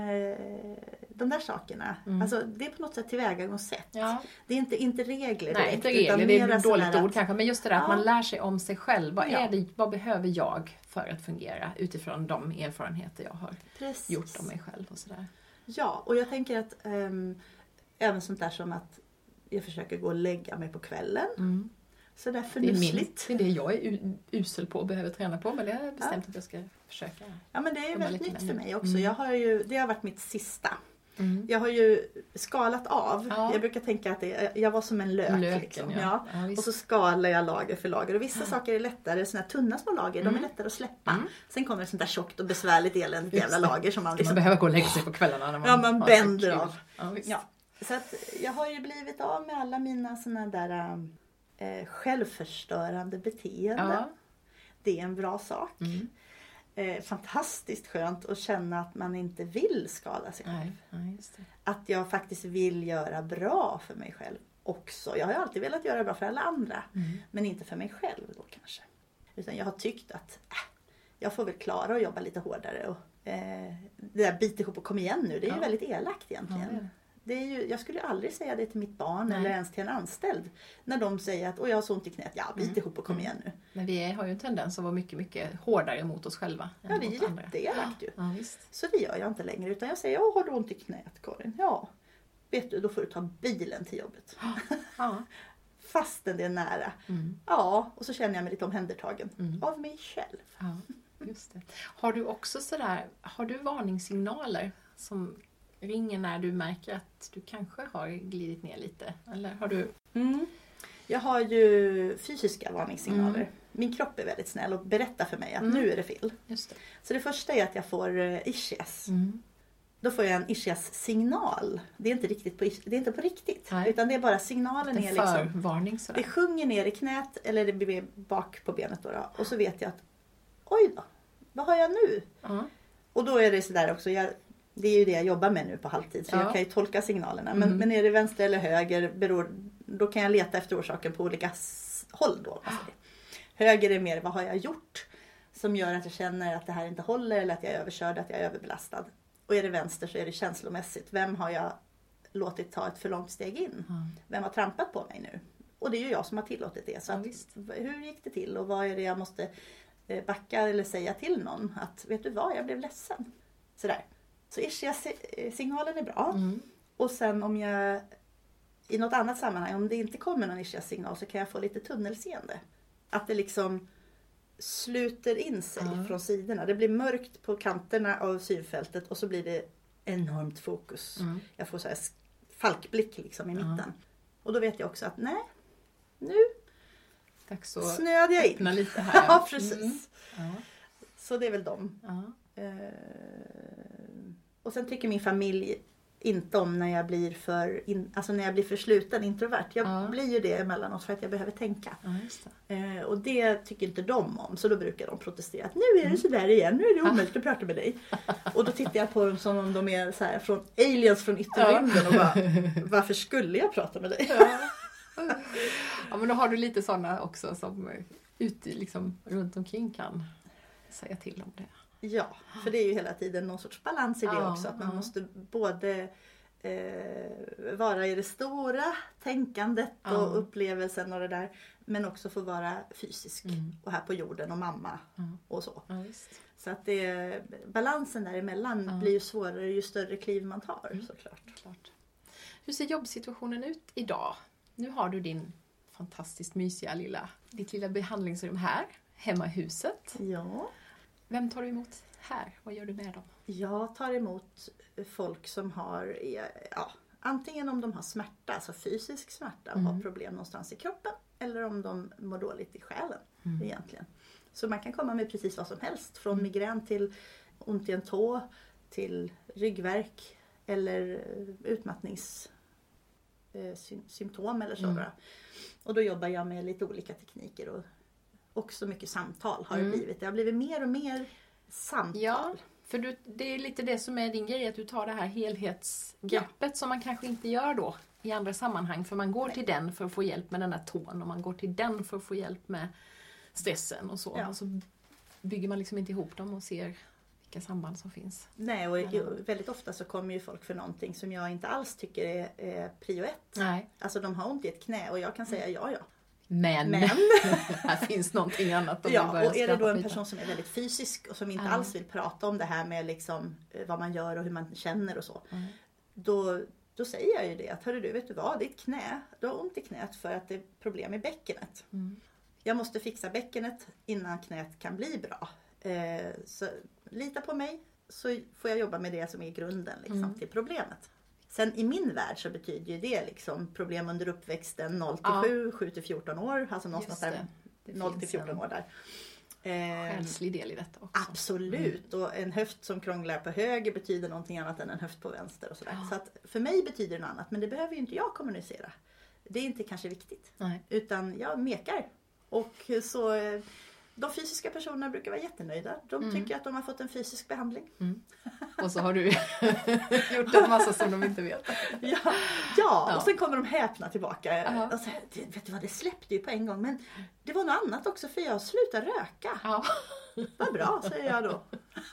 de där sakerna. Mm. Alltså det är på något sätt tillvägagångssätt. Ja. Det är inte, inte regler. Nej, inte regler. Det är ett dåligt ord kanske. Men just det där ja. att man lär sig om sig själv. Vad, ja. är det, vad behöver jag för att fungera utifrån de erfarenheter jag har Precis. gjort om mig själv och sådär. Ja, och jag tänker att um, även sånt där som att jag försöker gå och lägga mig på kvällen. Mm. Så där förnussligt. Det är det jag är usel på och behöver träna på. Men det har jag bestämt ja. att jag ska försöka. Ja, men det är väldigt nytt för mig också. Mm. Jag har ju, det har varit mitt sista. Mm. Jag har ju skalat av. Ja. Jag brukar tänka att det, jag var som en lök. Löken, liksom. ja. Ja, och så skalar jag lager för lager. Och vissa ja. saker är lättare. Såna här tunna små lager, mm. de är lättare att släppa. Mm. Sen kommer det sånt där tjockt och besvärligt eländigt jävla lager. Som man, liksom, man behöver gå och lägga sig på kvällarna. När man ja, man bänder av. Ja, ja. Så att jag har ju blivit av med alla mina såna där eh, självförstörande beteenden. Ja. Det är en bra sak. Mm. Eh, fantastiskt skönt att känna att man inte vill skada sig själv. Nej, just det. Att jag faktiskt vill göra bra för mig själv också. Jag har ju alltid velat göra bra för alla andra. Mm. Men inte för mig själv då kanske. Utan jag har tyckt att äh, jag får väl klara att jobba lite hårdare. Och, eh, det där bit ihop och kom igen nu. Det är ja. ju väldigt elakt egentligen. Ja, det är ju, jag skulle aldrig säga det till mitt barn Nej. eller ens till en anställd. När de säger att jag har så ont i knät. Ja, bit ihop och kom igen nu. Men vi har ju en tendens att vara mycket, mycket hårdare mot oss själva. Ja, det är jätteelakt ju. Ja, visst. Så det gör jag inte längre. Utan jag säger, jag har du ont i knät, Karin? Ja. Vet du, då får du ta bilen till jobbet. Ja. Fastän det är nära. Mm. Ja, och så känner jag mig lite omhändertagen. Mm. Av mig själv. Ja, just det. Har du också sådär, har du varningssignaler som ringer när du märker att du kanske har glidit ner lite? Eller har du... Mm. Jag har ju fysiska varningssignaler. Mm. Min kropp är väldigt snäll och berättar för mig att mm. nu är det fel. Just det. Så det första är att jag får ischias. Mm. Då får jag en ischias-signal. Det är inte riktigt på, det är inte på riktigt. Nej. Utan det är bara signalen är liksom... Varning, det sjunger ner i knät eller det blir bak på benet. Då, då. Och så vet jag att oj då, vad har jag nu? Mm. Och då är det sådär också... Jag, det är ju det jag jobbar med nu på halvtid. Så ja. jag kan ju tolka signalerna. Mm. Men, men är det vänster eller höger beror, då kan jag leta efter orsaken på olika håll. Då, höger är mer vad har jag gjort som gör att jag känner att det här inte håller. Eller att jag är överkörd, att jag är överbelastad. Och är det vänster så är det känslomässigt. Vem har jag låtit ta ett för långt steg in? Mm. Vem har trampat på mig nu? Och det är ju jag som har tillåtit det. Så att, ja, hur gick det till? Och vad är det jag måste backa eller säga till någon? Att vet du vad, jag blev ledsen. Sådär. Så ischias-signalen är bra. Mm. Och sen om jag i något annat sammanhang, om det inte kommer någon ischias-signal så kan jag få lite tunnelseende. Att det liksom sluter in sig mm. från sidorna. Det blir mörkt på kanterna av synfältet och så blir det enormt fokus. Mm. Jag får så här falkblick liksom i mitten. Mm. Och då vet jag också att nej, nu Dags att snöade jag in. öppna lite här. Ja, precis. Mm. Ja. Så det är väl dem. Ja. Eh, och sen tycker min familj inte om när jag blir för, in, alltså när jag blir för sluten introvert. Jag Ja. blir ju det emellanåt för att jag behöver tänka. Ja, just det. Eh, och det tycker inte de om. Så då brukar de protestera. Att nu är det sådär igen. Nu är det omöjligt att prata med dig. Och då tittar jag på dem som om de är så här från aliens från yttre rymden. Och bara, varför skulle jag prata med dig? Ja. Ja, men då har du lite sådana också som ute liksom runt omkring kan säga till om det. Ja, för det är ju hela tiden någon sorts balans i det Ja, också. Att man ja. måste både eh, vara i det stora tänkandet Ja. och upplevelsen och det där. Men också få vara fysisk Mm. och här på jorden och mamma Ja. och så. Ja, visst. Så att det, balansen däremellan Ja. blir ju svårare ju större kliv man tar Mm. såklart. Klart. Hur ser jobbsituationen ut idag? Nu har du din fantastiskt mysiga lilla, ditt lilla behandlingsrum här, hemma i huset. Ja, Vem tar du emot här? Vad gör du med dem? jag tar emot folk som har, ja, antingen om de har smärta, alltså fysisk smärta och Mm. har problem någonstans i kroppen. Eller om de mår dåligt i själen Mm. egentligen. Så man kan komma med precis vad som helst. Från Mm. migrän till ont i en tå, till ryggvärk eller utmattningssymptom eller så. Mm. bara. Och då jobbar jag med lite olika tekniker och också mycket samtal har det Mm. blivit. Det har blivit mer och mer samtal. Ja, för du, det är lite det som är din grej, att du tar det här helhetsgreppet som man kanske inte gör då i andra sammanhang. För man går Nej. till den för att få hjälp med den där tån och man går till den för att få hjälp med stressen och så. Ja. Och så bygger man liksom inte ihop dem och ser vilka samband som finns. Nej, och Ja. väldigt ofta så kommer ju folk för någonting som jag inte alls tycker är, är prio ett. Nej. Alltså de har ont i ett knä och jag kan säga ja, ja. Men, Men, här finns någonting annat. Om vi ja, börjar och är det då skrapa en lite. person som är väldigt fysisk och som inte Ja. alls vill prata om det här med liksom, eh, vad man gör och hur man känner och så. Mm. Då, då säger jag ju det att, hörru du, vet du vad, ditt knä, du har ont i knät för att det är problem i bäckenet. Mm. Jag måste fixa bäckenet innan knät kan bli bra. Eh, så lita på mig så får jag jobba med det som är grunden liksom, Mm. till problemet. Sen i min värld så betyder ju det liksom problem under uppväxten noll till Ja. sju, sju till fjorton år. Alltså någonstans Just där det. Det noll till finns fjorton en år där. Eh, själslig del i detta också. absolut. Och en höft som krånglar på höger betyder någonting annat än en höft på vänster och sådär. Ja. Så att för mig betyder det något annat. Men det behöver ju inte jag kommunicera. Det är inte kanske viktigt. Nej. Utan jag mekar. Och så eh, de fysiska personerna brukar vara jättenöjda. De Mm. tycker att de har fått en fysisk behandling. Och så har du gjort en massa som de inte vet. Ja, ja. Ja. Och sen kommer de häpna tillbaka. Ja. Och så, vet du vad, det släppte ju på en gång. Men det var något annat också för jag slutade röka. Ja, Vad bra, säger jag då.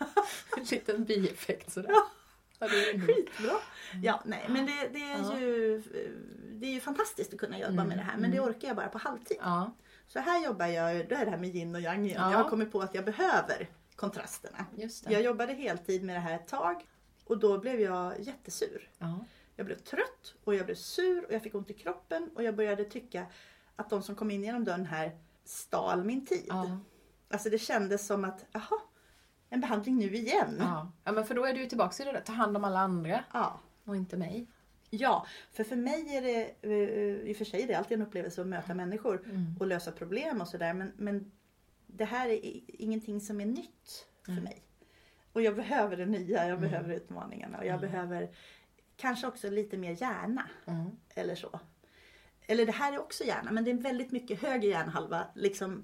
en liten bieffekt sådär. Ja. Ja, det är ändå- Skitbra. Ja, nej, men det, det, är Ja. ju, det är ju fantastiskt att kunna jobba Mm, med det här. Men det mm. orkar jag bara på halvtid. Ja, Så här jobbar jag, då är det här med yin och yang igen. Ja. Jag har kommit på att jag behöver kontrasterna. just det. Jag jobbade heltid med det här ett tag. Och då blev jag jättesur. Ja. Jag blev trött och jag blev sur och jag fick ont i kroppen. Och jag började tycka att de som kom in genom dörren här stal min tid. Ja. Alltså det kändes som att, jaha, en behandling nu igen. Ja. Ja, men för då är du ju tillbaka i det där. Ta hand om alla andra Ja. och inte mig. Ja, för för mig är det, eh, i och för sig är det alltid en upplevelse att möta människor Mm. och lösa problem och sådär. Men, men det här är i- ingenting som är nytt för Mm. mig. Och jag behöver det nya, jag Mm. behöver utmaningarna och jag Mm. behöver kanske också lite mer hjärna Mm. eller så. Eller det här är också hjärna, men det är en väldigt mycket högre hjärnhalva. Liksom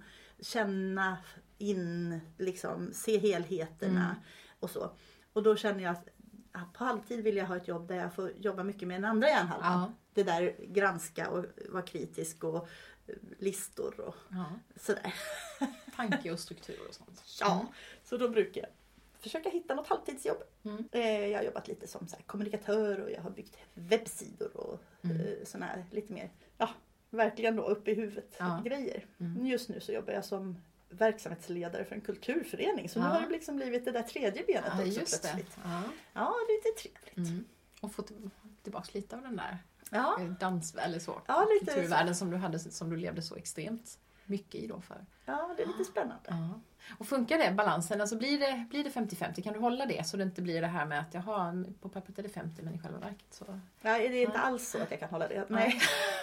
känna in, liksom se helheterna Mm. och så. Och då känner jag att ja, på halvtid vill jag ha ett jobb där jag får jobba mycket med den andra hjärnhalvan. Ja. Det där granska och vara kritisk och eh, listor och Ja. sådär. Tanke och struktur och sånt. Ja, så då brukar jag försöka hitta något halvtidsjobb. Mm. Eh, Jag har jobbat lite som så här, kommunikatör och jag har byggt webbsidor och Mm. eh, såna här lite mer, ja, verkligen då uppe i huvudet Ja. grejer. Mm. Just nu så jobbar jag som verksamhetsledare för en kulturförening. Så Ja. nu har det liksom blivit det där tredje benet Ja, också just det. plötsligt. Ja. Ja, det är lite trevligt. Mm. Och få till- tillbaka lite av den där Ja, dans eller så. Ja, lite kulturvärlden som du hade, som du levde så extremt mycket i då för. Ja, det är lite spännande. Ja. Och funkar det, balansen? Alltså blir det, blir det femtio femtio? Kan du hålla det så det inte blir det här med att jag har på pappret är det femtio men i själva verket så... Nej, det är inte alls så att jag kan hålla det. Nej.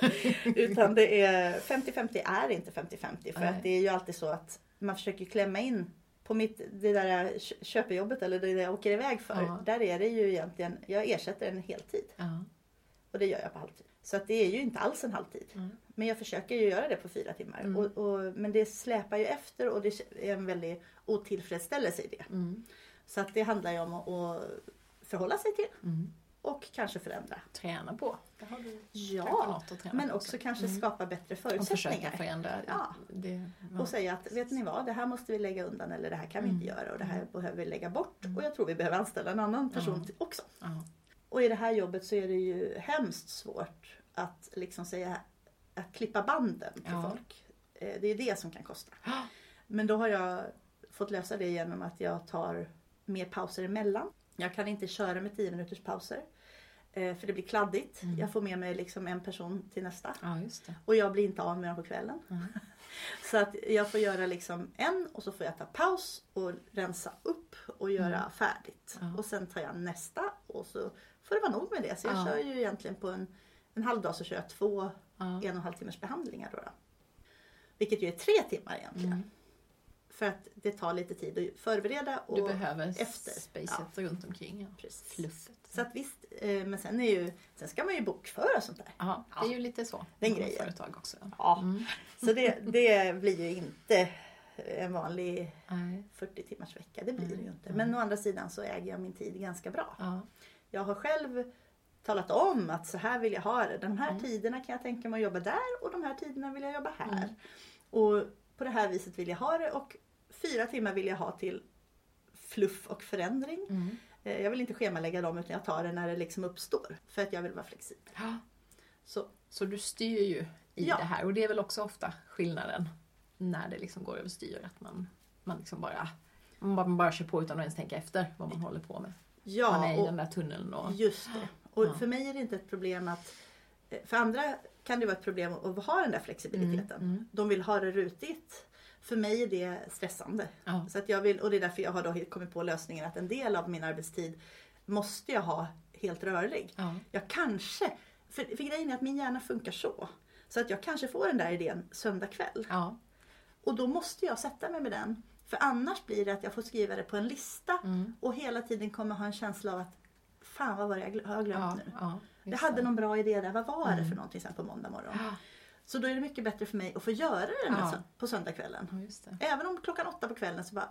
Utan det är femtio femtio är inte femtio femtio. För Nej. att det är ju alltid så att man försöker klämma in på mitt, det där köpejobbet eller det där jag åker iväg för. Ja. Där är det ju egentligen, jag ersätter en heltid. Ja. Och det gör jag på halvtid. Så att det är ju inte alls en halvtid. Mm. Men jag försöker ju göra det på fyra timmar. Mm. Och, och, men det släpar ju efter och det är en väldigt otillfredsställelse i det. Mm. Så att det handlar ju om att, att förhålla sig till. Mm. Och kanske förändra. Träna på. Det har du kanske Ja, något att träna men på också kanske Mm. skapa bättre Och försöka förutsättningar. förändra. Ja. Det, ja. Och säga att, vet ni vad, det här måste vi lägga undan eller det här kan vi inte Mm. göra och det här Mm. behöver vi lägga bort. Mm. Och jag tror vi behöver anställa en annan person Ja. till också. Ja. Och i det här jobbet så är det ju hemskt svårt att liksom säga, att klippa banden till Ja. folk. Eh, Det är det som kan kosta. Men då har jag fått lösa det genom att jag tar mer pauser emellan. Jag kan inte köra med tio minuters pauser. eh, För det blir kladdigt. Mm. Jag får med mig liksom en person till nästa. Ja, just det. Och jag blir inte av med dem på kvällen. Mm. Så att jag får göra liksom en och så får jag ta paus och rensa upp och göra Mm. färdigt. Ja. Och sen tar jag nästa och så får det vara nog med det. Så jag Ja. kör ju egentligen på en, en halv dag så kör jag två Ja. en och en halv timmars behandlingar då. då. Vilket ju är tre timmar egentligen. Mm. För att det tar lite tid att förbereda och Du behöver efter. spacet runt omkring. Ja. Precis. Fluffet. Så att visst, eh, men sen, är ju, sen ska man ju bokföra sånt där. Ja, det är ju lite så. Den Många grejen. företag också. Ja. Mm. Så det, det blir ju inte en vanlig Nej. fyrtio timmars vecka. Det blir det ju inte. Mm. Men å andra sidan så äger jag min tid ganska bra. Ja. Jag har själv talat om att så här vill jag ha det. De här Mm. tiderna kan jag tänka mig att jobba där och de här tiderna vill jag jobba här. Mm. Och på det här viset vill jag ha det och fyra timmar vill jag ha till fluff och förändring. Mm. Eh, Jag vill inte schemalägga dem utan jag tar det när det liksom uppstår. För att jag vill vara flexibel. Ja. Så Så du styr ju i Ja. det här. Och det är väl också ofta skillnaden när det liksom går överstyr. Att man, man liksom bara, man bara, man bara kör på utan att ens tänka efter vad man håller på med. ja, man är i och den där tunneln. Och, just det. Och Ja. för mig är det inte ett problem att... För andra kan det vara ett problem att ha den där flexibiliteten. Mm, mm. De vill ha det rutigt. För mig är det stressande. Ja. Så att jag vill, och det är därför jag har då kommit på lösningen att en del av min arbetstid måste jag ha helt rörlig. Ja. Jag kanske, för, för grejen är att min hjärna funkar så. Så att jag kanske får den där idén söndag kväll. Ja. Och då måste jag sätta mig med den. För annars blir det att jag får skriva det på en lista. Mm. Och hela tiden kommer ha en känsla av att fan vad var det jag glö- har jag glömt Ja. nu. Ja. Jag Just hade det. någon bra idé där. Vad var det Mm. för någonting sen på måndag morgon? Ja. Så då är det mycket bättre för mig att få göra det Ja. ja. på söndagskvällen. Ja, just det. Även om klockan åtta på kvällen så bara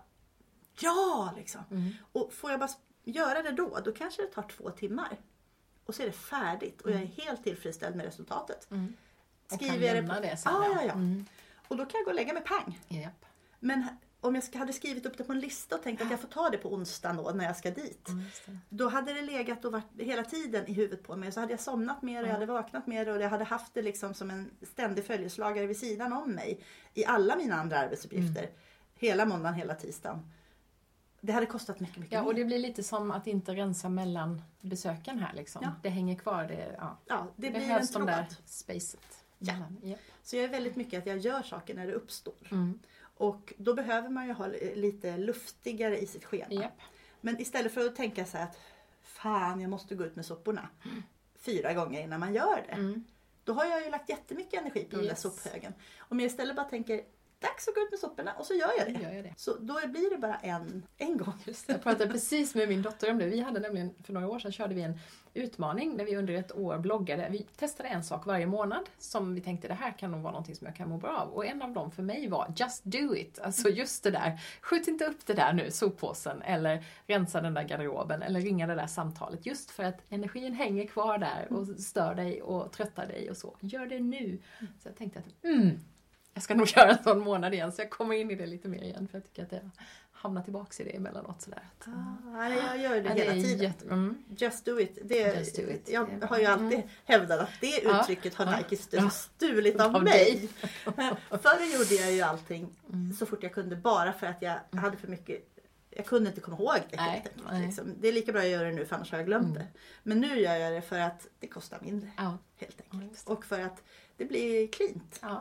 ja liksom. Mm. Och får jag bara göra det då, då kanske det tar två timmar. Och så är det färdigt och jag är helt tillfredsställd med resultatet. Mm. Och Skriver kan jag det lämna på- det sen. Ja, ja, ja. Mm. Och då kan jag gå och lägga mig pang. Japp. Men om jag ska- hade skrivit upp det på en lista och tänkt att jag får ta det på onsdag då när jag ska dit. Ja, just det. Då hade det legat och varit hela tiden i huvudet på mig. Så hade jag somnat mer och jag hade vaknat mer och jag hade haft det liksom som en ständig följeslagare vid sidan om mig. I alla mina andra arbetsuppgifter. Mm. Hela måndagen, hela tisdagen. Det hade kostat mycket, mycket Ja, och mer. det blir lite som att inte rensa mellan besöken här liksom. Ja. Det hänger kvar. Det, ja. Ja, det det blir en behövs de tråd. där spacet. Ja. mellan. Japp. Så jag är väldigt mycket att jag gör saker när det uppstår. Mm. Och då behöver man ju ha lite luftigare i sitt schema. Japp. Men istället för att tänka så här att fan, jag måste gå ut med soporna fyra gånger innan man gör det. Mm. Då har jag ju lagt jättemycket energi på den Yes. där sophögen. Om jag istället bara tänker, dags att gå ut med soporna och så gör jag Nu det. gör jag det. Så då blir det bara en, en gång. Just det. Jag pratade precis med min dotter om det. Vi hade nämligen, för några år sedan körde vi en utmaning där vi under ett år bloggade. Vi testade en sak varje månad som vi tänkte det här kan nog vara någonting som jag kan må bra av. Och en av dem för mig var just do it. Alltså just det där. Skjut inte upp det där nu, soppåsen. Eller rensa den där garderoben. Eller ringa det där samtalet. Just för att energin hänger kvar där och stör dig och tröttar dig och så. Gör det nu. Så jag tänkte att mm, jag ska nog köra en sån månad igen. Så jag kommer in i det lite mer igen. För jag tycker att jag hamnar tillbaka i det emellanåt. Sådär. Att, Ah, jag gör det ja, hela är tiden. jätte- mm. Just do it. Det, Just do it. Jag Det är har ju bra. alltid Mm. hävdat att det Ja. uttrycket har Ja. Nike stu- Ja. stulit av, Av mig. Förr gjorde jag ju allting Mm. så fort jag kunde bara för att jag hade för mycket. Jag kunde inte komma ihåg det Nej, helt enkelt. nej. Liksom. Det är lika bra att göra det nu för annars har jag glömt Mm. det. Men nu gör jag det för att det kostar mindre. Ja. Helt Ja, enkelt. just det. Och för att det blir cleant. Ja.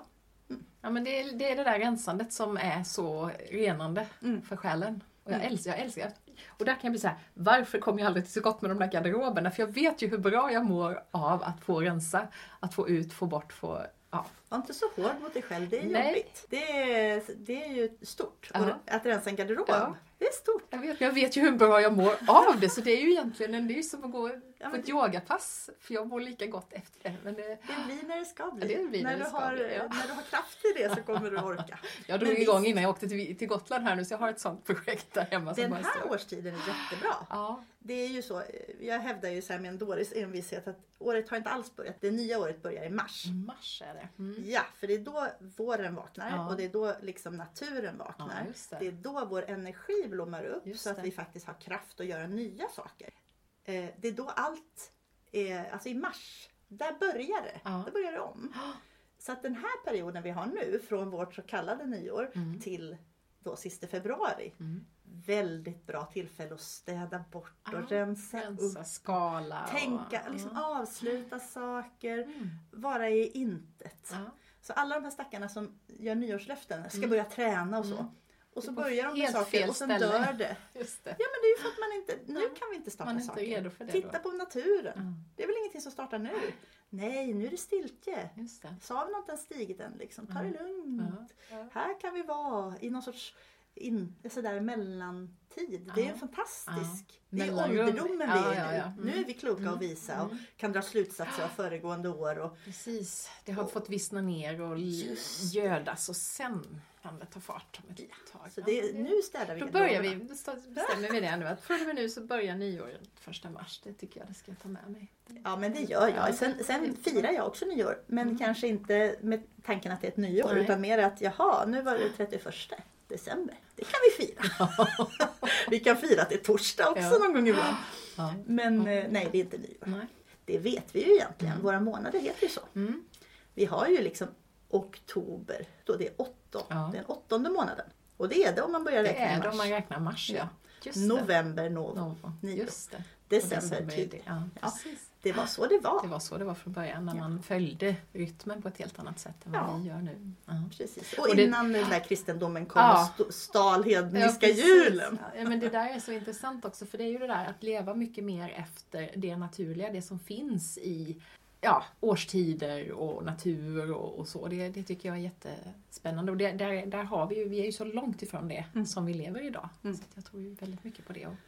Mm. Ja, men det är, det är det där rensandet som är så renande Mm. för själen. Och jag Mm. älskar, jag älskar. Och där kan jag bli så här, varför kommer jag aldrig till så gott med de där garderoberna? För jag vet ju hur bra jag mår av att få rensa, att få ut, få bort, få... Ja. Var inte så hård mot dig själv, det är Nej. jobbigt. Det är, det är ju stort. Ja. Och att rensa en garderob, Ja. det är stort. Jag vet, jag vet ju hur bra jag mår av det, så det är ju egentligen det är som att gå Ja, på men ett det- yogapass, för jag mår lika gott efter det. Men det Det blir när det ska bli. Ja, det blir när när, det du ska har, bli, ja. när du har kraft i det så kommer du orka. jag drog Men igång visst. innan jag åkte till, till Gotland här nu, så jag har ett sånt projekt där hemma. Som Den bara här står. årstiden är jättebra. Ja, Det är ju så, jag hävdar ju så här med en dåres envishet att året har inte alls börjat. Det nya året börjar i mars. mars är det. Mm. Ja, för det är då våren vaknar Ja. och det är då liksom naturen vaknar. Ja, just det. det är då vår energi blommar upp Just så att det. vi faktiskt har kraft att göra nya saker. Eh, det är då allt, är, alltså i mars, där börjar det. Ja. Då börjar det om. Så att den här perioden vi har nu, från vårt så kallade nyår Mm. till då sista februari. Mm. Väldigt bra tillfälle att städa bort och Ja, rensa, rensa, upp. skala. Tänka, och, liksom ja. avsluta saker, Mm. vara i intet. Ja. Så alla de här stackarna som gör nyårslöften ska Mm. börja träna och så. Mm. Och så Det är på börjar de med helt saker fel och sen ställe. dör det. Just det. Ja men det är ju för att man inte, nu Ja. kan vi inte starta Man är inte saker. redo för det Titta då. på naturen. Ja. Det är väl ingenting som startar nu. Nej, nu är det stiltje. Just det. Saven har inte ens stigit än liksom. Ta det Mm. lugnt. Ja. Ja. Här kan vi vara i någon sorts in, sådär mellantid. Det är Ja. en fantastisk. Ja. Det är Mellanrum. ålderdomen Ja, vi är ja, nu. ja. Mm. Nu är vi kloka och visa och Mm. kan dra slutsatser av föregående år. Och, Precis. Det har fått vissna ner och l- Just. gödas och sen kan det ta fart om ett tag. så det, nu städar vi Då börjar vi, garderoberna. då sta- bestämmer vi det nu. Att från och med nu så börjar nyåret första mars. Det tycker jag det ska jag ta med mig. Ja men det gör jag. Sen, sen firar jag också nyår. Men Mm. kanske inte med tanken att det är ett nyår. Nej. Utan mer att jaha, nu var det trettioförsta december. Det kan vi fira. Vi kan fira att det är torsdag också Ja. någon gång ibland. Ja. Men eh, nej, det är inte nyår. Nej. Det vet vi ju egentligen. Mm. Våra månader heter ju så. Mm. Vi har ju liksom oktober. Då det är åtton, Ja. den åttonde månaden. Och det är det om man börjar Det räkna är i det om mars. man räknar mars, ja. Ja. Just det. November, novo. Novo. Nio. Just det. December, Och är tid. det. Ja, Ja. precis. Det var så det var. Det var så det var från början när Ja. man följde rytmen på ett helt annat sätt än vad Ja. vi gör nu. Ja. Precis. Och, Och det- innan den där kristendomen kom Ja. och st- stal hedniska precis. julen. Ja, men det där är så intressant också, för det är ju det där att leva mycket mer efter det naturliga, det som finns i ja, årstider och natur och, och så. Det, det tycker jag är jättespännande. Och det, där, där har vi ju, vi är ju så långt ifrån det Mm. som vi lever idag. Mm. Så att jag tror ju väldigt mycket på det. Och,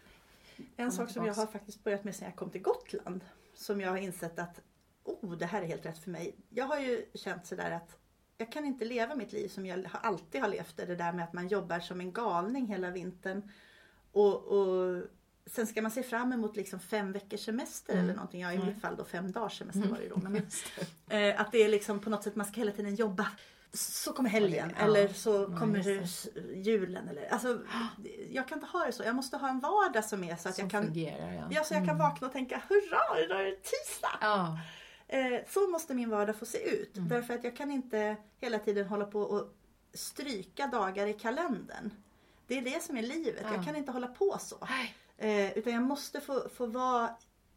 En sak som jag tillbaks. har faktiskt börjat med sedan jag kom till Gotland. Som jag har insett att oh, det här är helt rätt för mig. Jag har ju känt sådär att jag kan inte leva mitt liv som jag har- alltid har levt det. Det där med att man jobbar som en galning hela vintern. Och, och sen ska man se fram emot liksom fem veckors semester Mm. eller någonting. Ja, i Mm. mitt fall då fem dagars semester var det då. Men, Just det. eh, att det är liksom på något sätt man ska hela tiden jobba. Så kommer helgen Ja. eller så Ja, kommer just det julen. Eller, alltså, jag kan inte ha det så. Jag måste ha en vardag som är så att Som jag kan, fungerar, ja. ja, så jag kan Mm. vakna och tänka hurra, idag är det tisdag. Ja, Eh, så måste min vardag få se ut. Mm. Därför att jag kan inte hela tiden hålla på och stryka dagar i kalendern. Det är det som är livet. Ja. Jag kan inte hålla på så. Nej. Eh, utan jag måste få, få vara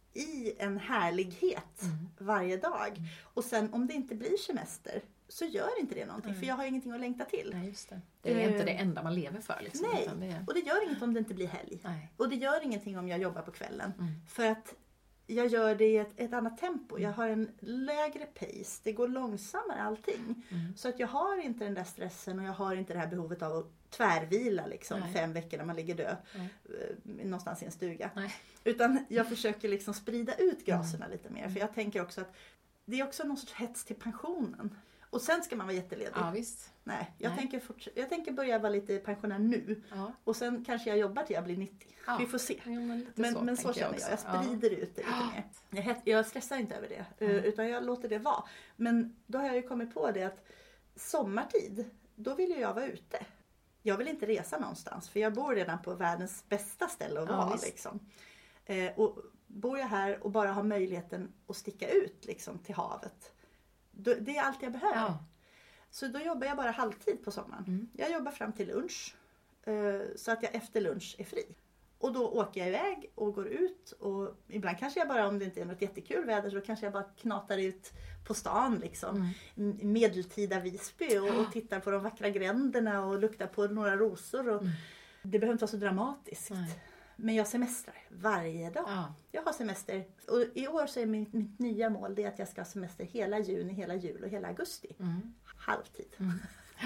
i en härlighet Mm. varje dag. Och sen om det inte blir semester så gör inte det någonting. Mm. För jag har ingenting att längta till. Nej, just det. Det är Eh, inte det enda man lever för. Liksom, nej. utan det är, Och det gör inget om det inte blir helg. nej. Och det gör ingenting om jag jobbar på kvällen. Mm. För att jag gör det i ett, ett annat tempo. Jag har en lägre pace. Det går långsammare allting. Mm. Så att jag har inte den där stressen och jag har inte det här behovet av att tvärvila liksom, Nej. fem veckor när man ligger död Nej. eh, någonstans i en stuga. Nej. Utan jag försöker liksom sprida ut graserna lite mer. För jag tänker också att det är också någon sorts hets till pensionen. Och sen ska man vara jätteledig. Ja, visst. Nej, jag, Nej. Tänker forts- jag tänker börja vara lite pensionär nu. Ja. Och sen kanske jag jobbar till jag blir nittio. Ja. Vi får se. Jo, men lite Men så, så, men så tänker känner jag. Jag också. sprider ut det lite Ja. mer. Jag, het- jag stressar inte över det. eh, Mm. Utan jag låter det vara. Men då har jag ju kommit på det att sommartid, då vill ju jag vara ute. Jag vill inte resa någonstans. För jag bor redan på världens bästa ställe att Ja, vara. visst. Liksom. Eh, och bor jag här och bara har möjligheten att sticka ut liksom, till havet. Då, det är allt jag behöver. Ja. Så då jobbar jag bara halvtid på sommaren. Mm. Jag jobbar fram till lunch. eh, Så att jag efter lunch är fri. Och då åker jag iväg och går ut. Och ibland kanske jag bara, om det inte är något jättekul väder, så kanske jag bara knatar ut på stan liksom. Mm. Medeltida Visby och, och tittar på de vackra gränderna och luktar på några rosor. Och mm. Det behöver inte vara så dramatiskt. Nej. Men jag semestrar varje dag. Ja. Jag har semester. Och i år så är min, mitt nya mål det är att jag ska ha semester hela juni, hela jul och hela augusti. Mm. Halvtid. Mm.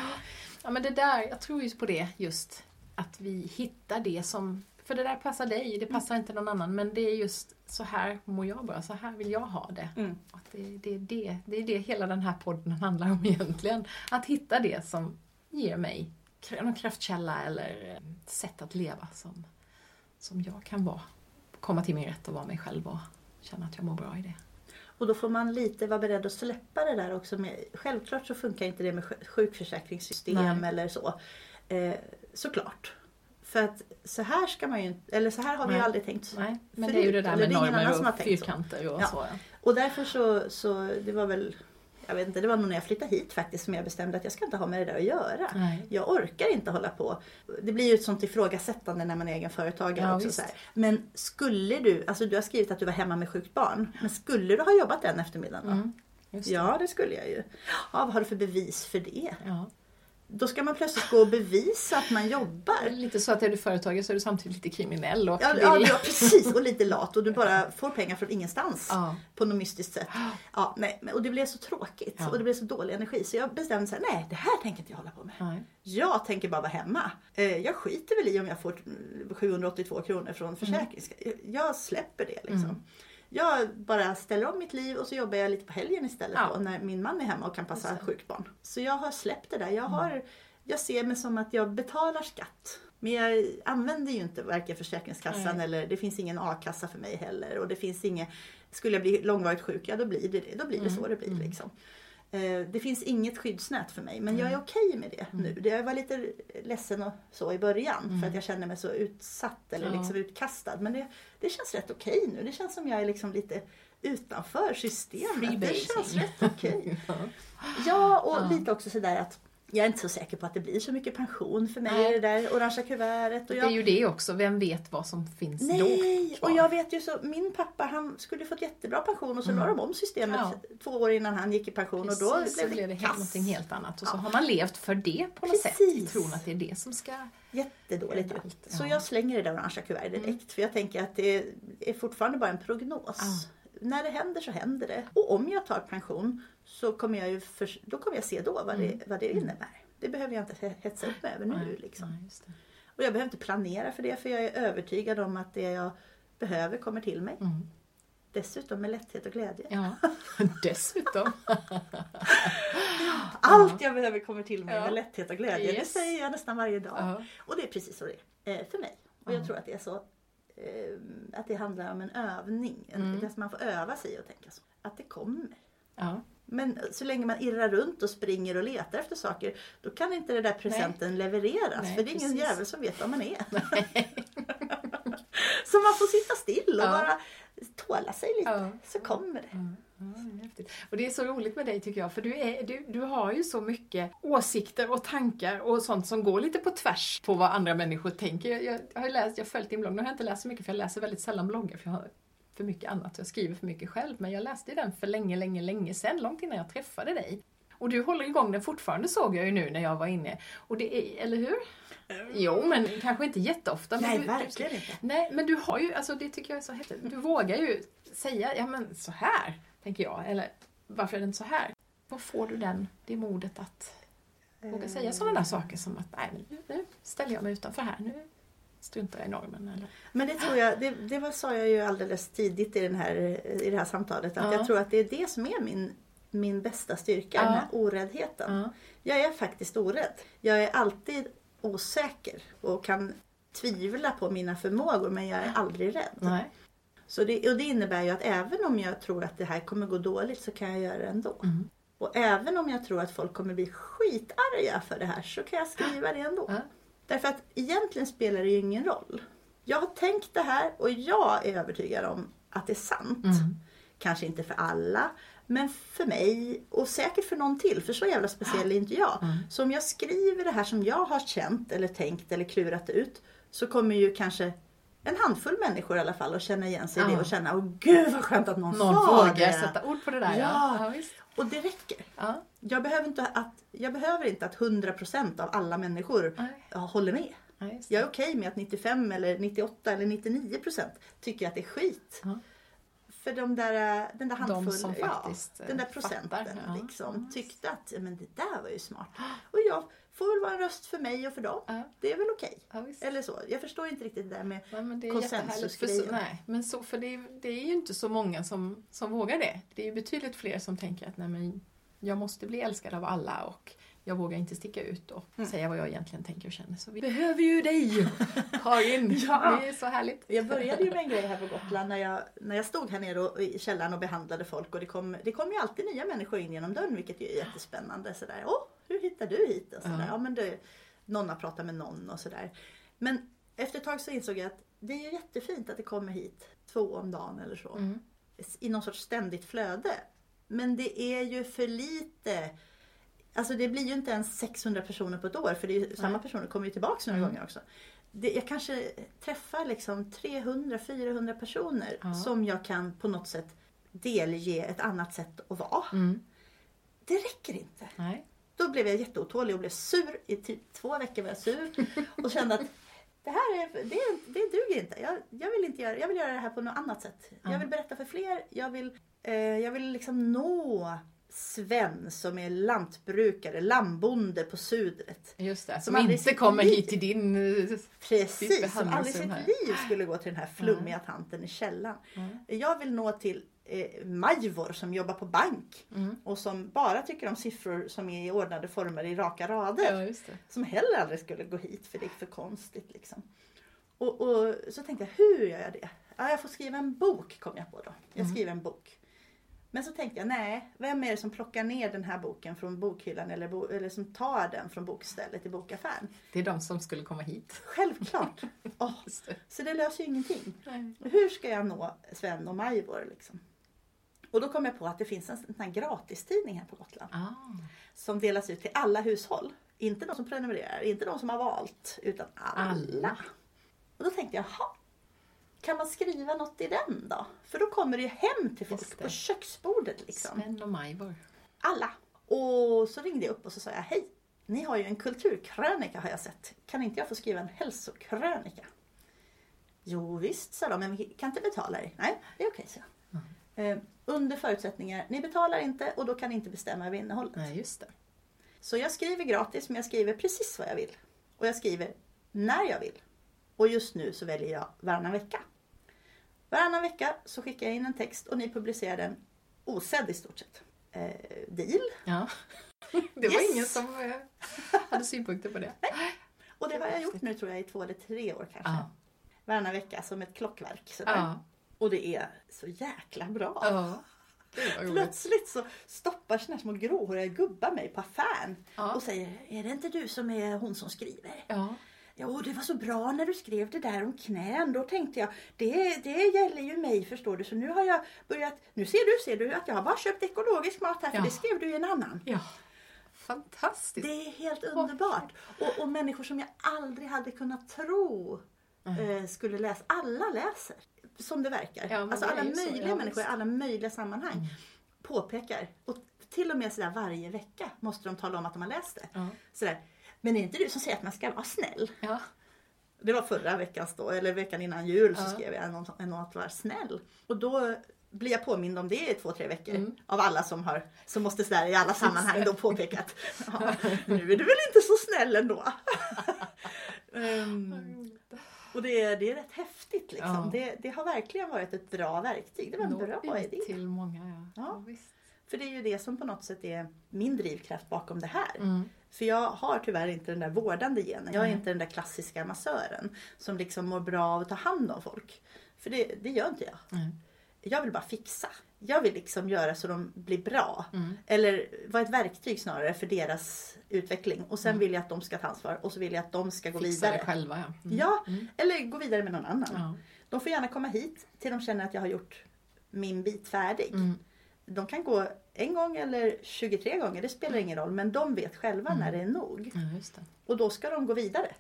Ja, men det där, jag tror ju på det just. Att vi hittar det som, för det där passar dig, det passar mm. inte någon annan. Men det är just så här mår jag bara, så här vill jag ha det. Mm. Att det, det, är det, det är det hela den här podden handlar om egentligen. Att hitta det som ger mig någon kraftkälla eller sätt att leva som, som jag kan vara. Komma till min rätt och vara mig själv och känna att jag mår bra i det. Och då får man lite vara beredd att släppa det där också. Med, självklart så funkar inte det med sjukförsäkringssystem Nej. eller så. Eh, såklart. För att så här ska man ju eller så här har Nej. vi ju aldrig tänkt. Nej, men det är ju det där med normer och fyrkanter och ja. så. Ja. Och därför så, så det var väl, jag vet inte, det var nog när jag flyttade hit faktiskt som jag bestämde att jag ska inte ha med det där att göra. Nej. Jag orkar inte hålla på. Det blir ju ett sånt ifrågasättande när man är egen företagare ja, också. Så här. Men skulle du, alltså du har skrivit att du var hemma med sjukt barn. Men skulle du ha jobbat den eftermiddagen då? Mm, just det. Ja, det skulle jag ju. Ja, vad har du för bevis för det? Ja. Då ska man plötsligt gå och bevisa att man jobbar. Lite så att är du företagare så är du samtidigt lite kriminell. Och ja, ja, ja, precis. Och lite lat. Och du bara får pengar från ingenstans. Ja. På något mystiskt sätt. Ja, nej, och det blev så tråkigt. Ja. Och det blev så dålig energi. Så jag bestämde sig, nej det här tänker inte jag hålla på med. Nej. Jag tänker bara vara hemma. Jag skiter väl i om jag får sjuhundraåttiotvå kronor från försäkrings. Mm. Jag släpper det liksom. Mm. Jag bara ställer om mitt liv och så jobbar jag lite på helgen istället ja. då, när min man är hemma och kan passa sjukbarn. Så jag har släppt det där. Jag, har, mm. jag ser mig som att jag betalar skatt. Men jag använder ju inte varken Försäkringskassan Nej. eller det finns ingen a-kassa för mig heller. Och det finns inget, skulle jag bli långvarigt sjuk, ja då blir det det. Då blir det mm. så det blir liksom. Det finns inget skyddsnät för mig. Men mm. jag är okej med det mm. nu. Jag var lite ledsen och så i början. Mm. För att jag kände mig så utsatt eller ja. liksom utkastad. Men det, det känns rätt okej nu. Det känns som jag är liksom lite utanför systemet. Det känns rätt okej. ja. ja, och ja. lite också sådär att jag är inte så säker på att det blir så mycket pension för mig. Nej. Det där orangea kuvertet. Och jag... Det är ju det också. Vem vet vad som finns Nej. då? Nej, och jag vet ju så. Min pappa han skulle fått jättebra pension. Och så mm. la de om systemet ja. två år innan han gick i pension. Precis, och då blev det, blev det helt, någonting helt annat. Och så ja. har man levt för det på något Precis. sätt. I tron att det är det som ska... Jättedåligt ut. Ja. Så jag slänger det där orangea kuvertet direkt. Mm. För jag tänker att det är fortfarande bara en prognos. Ja. När det händer så händer det. Och om jag tar pension så kommer jag ju för, då kommer jag se då vad det, mm. vad det innebär. Det behöver jag inte hetsa upp mig över nu. Nej, liksom. Nej, just det. Och jag behöver inte planera för det. För jag är övertygad om att det jag behöver kommer till mig. Mm. Dessutom med lätthet och glädje. Ja, dessutom. ja, allt jag behöver kommer till mig ja. med lätthet och glädje. Yes. Det säger jag nästan varje dag. Uh-huh. Och det är precis så det är för mig. Och uh-huh. jag tror att det är så. Eh, att det handlar om en övning. Mm. Att man får öva sig och tänka så. Att det kommer. Ja. Men så länge man irrar runt och springer och letar efter saker, då kan inte det där presenten Nej. levereras. Nej, för det är ingen precis. jävel som vet vad man är. Så man får sitta still och ja. bara tåla sig lite. Ja. Så kommer det. Ja. Ja, och det är så roligt med dig tycker jag. För du, är, du, du har ju så mycket åsikter och tankar och sånt som går lite på tvärs på vad andra människor tänker. Jag, jag, jag har läst, jag har följt din blogg. Nu har jag inte läst så mycket för jag läser väldigt sällan bloggar. För jag har för mycket annat. Jag skriver för mycket själv. Men jag läste den för länge, länge, länge sedan. Långt innan jag träffade dig. Och du håller igång den fortfarande såg jag ju nu när jag var inne. Och det är, eller hur? Mm. Jo, men kanske inte jätteofta. Nej, men du, verkligen du, inte. Nej, men du har ju, alltså det tycker jag är så häftigt. Du vågar ju säga, ja men så här, tänker jag. Eller varför är den så här? Var får du den, det modet att mm. våga säga sådana där saker som att, nej men nu, nu ställer jag mig utanför här. Nu struntar jag i normen. Eller? Men det tror jag, det, det var, sa jag ju alldeles tidigt i, den här, i det här samtalet. Att ja. jag tror att det är det som är min... min bästa styrka, ja. den här oräddheten. Ja. Jag är faktiskt orädd. Jag är alltid osäker och kan tvivla på mina förmågor, men jag är aldrig rädd. Nej. Så det, och det innebär ju att även om jag tror att det här kommer gå dåligt så kan jag göra det ändå. Mm. Och även om jag tror att folk kommer bli skitarga för det här så kan jag skriva det ändå. Ja. Därför att egentligen spelar det ju ingen roll. Jag har tänkt det här och jag är övertygad om att det är sant. Mm. Kanske inte för alla, men för mig och säkert för någon till. För så jävla speciell är inte jag. Mm. Så om jag skriver det här som jag har känt eller tänkt eller klurat ut, så kommer ju kanske en handfull människor i alla fall och känna igen sig i Ja. det och känna, åh gud vad skönt att någon, Någon sa vågar det. sätta ord på det där. Ja. Ja. Ja, visst. Och det räcker. Ja. Jag behöver inte att, jag behöver inte att hundra procent av alla människor Nej. ja, håller med. Ja, just det. Jag är okej med att nittiofem eller nittioåtta eller nittionio procent tycker att det är skit. Ja. För de där, den där handfull, De som ja, faktiskt, den där eh, procenten fattar. Ja. liksom, Ja. tyckte att men det där var ju smart. Och jag får väl vara en röst för mig och för dem. Ja. Det är väl okej. Ja, visst. Eller så. Jag förstår inte riktigt det där med Nej, men det är konsensusgrejen. jättehärligt. För så, nej, men så, för det, är- det är ju inte så många som, som vågar det. Det är ju betydligt fler som tänker att nej, men jag måste bli älskad av alla och jag vågar inte sticka ut och Mm. säga vad jag egentligen tänker och känner. Så vi behöver ju dig, Karin. Ja. Det är så härligt. Jag började ju med en grej här på Gotland när jag, när jag stod här nere och, i källaren och behandlade folk. Och det kom, det kom ju alltid nya människor in genom dörren, vilket ju är jättespännande. Sådär, åh, hur hittar du hit? Och sådär. Ja. Ja, men det, någon har pratat med någon och sådär. Men efter ett tag så insåg jag att det är ju jättefint att det kommer hit två om dagen eller så. Mm. I någon sorts ständigt flöde. Men det är ju för lite. Alltså det blir ju inte ens sexhundra personer på ett år. För det är ju, samma personer kommer ju tillbaka några Mm. gånger också. Det, jag kanske träffar liksom trehundra till fyrahundra personer. Ja. Som jag kan på något sätt delge ett annat sätt att vara. Mm. Det räcker inte. Nej. Då blev jag jätteotålig och blev sur. I typ två veckor var jag sur. Och kände att det här är, det, det duger inte. Jag, jag, vill inte göra, jag vill göra det här på något annat sätt. Ja. Jag vill berätta för fler. Jag vill, eh, jag vill liksom nå Sven som är lantbrukare, lambonde på Sudret. Just det, som, Som aldrig inte sitt kommer liv- hit till din... Precis, som aldrig i sitt behandlingsrum här. liv skulle gå till den här flummiga tanten i källaren. Mm. Jag vill nå till eh, Majvor som jobbar på bank. Mm. Och som bara tycker om siffror som är i ordnade former i raka rader. Ja, just det. Som heller aldrig skulle gå hit för det är för konstigt liksom. Och, och så tänkte jag, hur gör jag det? Ja, jag får skriva en bok kom jag på då. Jag Mm. skriver en bok. Men så tänkte jag, nej, vem är det som plockar ner den här boken från bokhyllan eller, bo, eller som tar den från bokstället i bokaffären? Det är de som skulle komma hit. Självklart. Åh, Just det. så det löser ju ingenting. Nej. Hur ska jag nå Sven och Majvor liksom? Och då kom jag på att det finns en sån här gratistidning här på Gotland. Ah. Som delas ut till alla hushåll. Inte de som prenumererar, inte de som har valt, utan alla. Alla. Och då tänkte jag, jaha, kan man skriva något i den då? För då kommer det ju hem till Just folk det. på köksbordet liksom. Sven och Majvor. Alla. Och så ringde jag upp och så sa jag, hej, ni har ju en kulturkrönika har jag sett. Kan inte jag få skriva en hälsokrönika? Jo visst, sa de, men vi kan inte betala er. Nej, det är okej, så. Eh, under förutsättningar, ni betalar inte och då kan ni inte bestämma över innehållet. Nej, just det. Så jag skriver gratis, men jag skriver precis vad jag vill. Och jag skriver när jag vill. Och just nu så väljer jag varannan vecka. Varannan vecka så skickar jag in en text och ni publicerar den osedd i stort sett. Eh, deal. Ja. Det var Yes. ingen som eh, hade synpunkter på det. Och det har jag gjort nu tror jag i två eller tre år kanske. Ja. Varannan vecka som ett klockverk. Sådär. Ja. Och det är så jäkla bra. Ja. Det var roligt. Plötsligt så stoppar såna här små gråhåriga gubbar mig på affären. Ja. Och säger, är det inte du som är hon som skriver? Ja. Jo, det var så bra när du skrev det där om knän. Då tänkte jag, det, det gäller ju mig förstår du. Så nu har jag börjat, nu ser du, ser du att jag har bara köpt ekologisk mat här. För Ja. det skrev du i en annan. Ja. Fantastiskt. Det är helt underbart. Och, och människor som jag aldrig hade kunnat tro eh, skulle läsa. Alla läser, som det verkar. Ja, men alltså det alla är ju så, möjliga ja, människor i visst. alla möjliga sammanhang Mm. påpekar. Och till och med sådär varje vecka måste de tala om att de har läst det. Ja. Sådär. Men är inte du som säger att man ska vara snäll? Ja. Det var förra veckans då, eller veckan innan jul så Ja. skrev jag någon, någon att vara snäll. Och då blir jag påmind om det i två, tre veckor. Mm. Av alla som har, som måste sådär i alla sammanhang det. då påpeka att ja, nu är du väl inte så snäll ändå. um, och det är, det är rätt häftigt liksom. Ja. Det, det har verkligen varit ett bra verktyg. Det var en Nå bra ut idé. till många, ja. Ja. Ja, visst. För det är ju det som på något sätt är min drivkraft bakom det här. Mm. För jag har tyvärr inte den där vårdande genen. Jag är Nej. inte den där klassiska massören som liksom mår bra av att ta hand om folk. För det, det gör inte jag. Mm. Jag vill bara fixa. Jag vill liksom göra så de blir bra. Mm. Eller vara ett verktyg snarare för deras utveckling. Och sen Mm. vill jag att de ska ta ansvar. Och så vill jag att de ska gå Fixa vidare. det själva, ja. Mm. Ja, Mm. eller gå vidare med någon annan. Ja. De får gärna komma hit till de känner att jag har gjort min bit färdig. Mm. De kan gå en gång eller tjugotre gånger, det spelar ingen roll. Men de vet själva Mm. när det är nog. Ja, just det. Och då ska de gå vidare.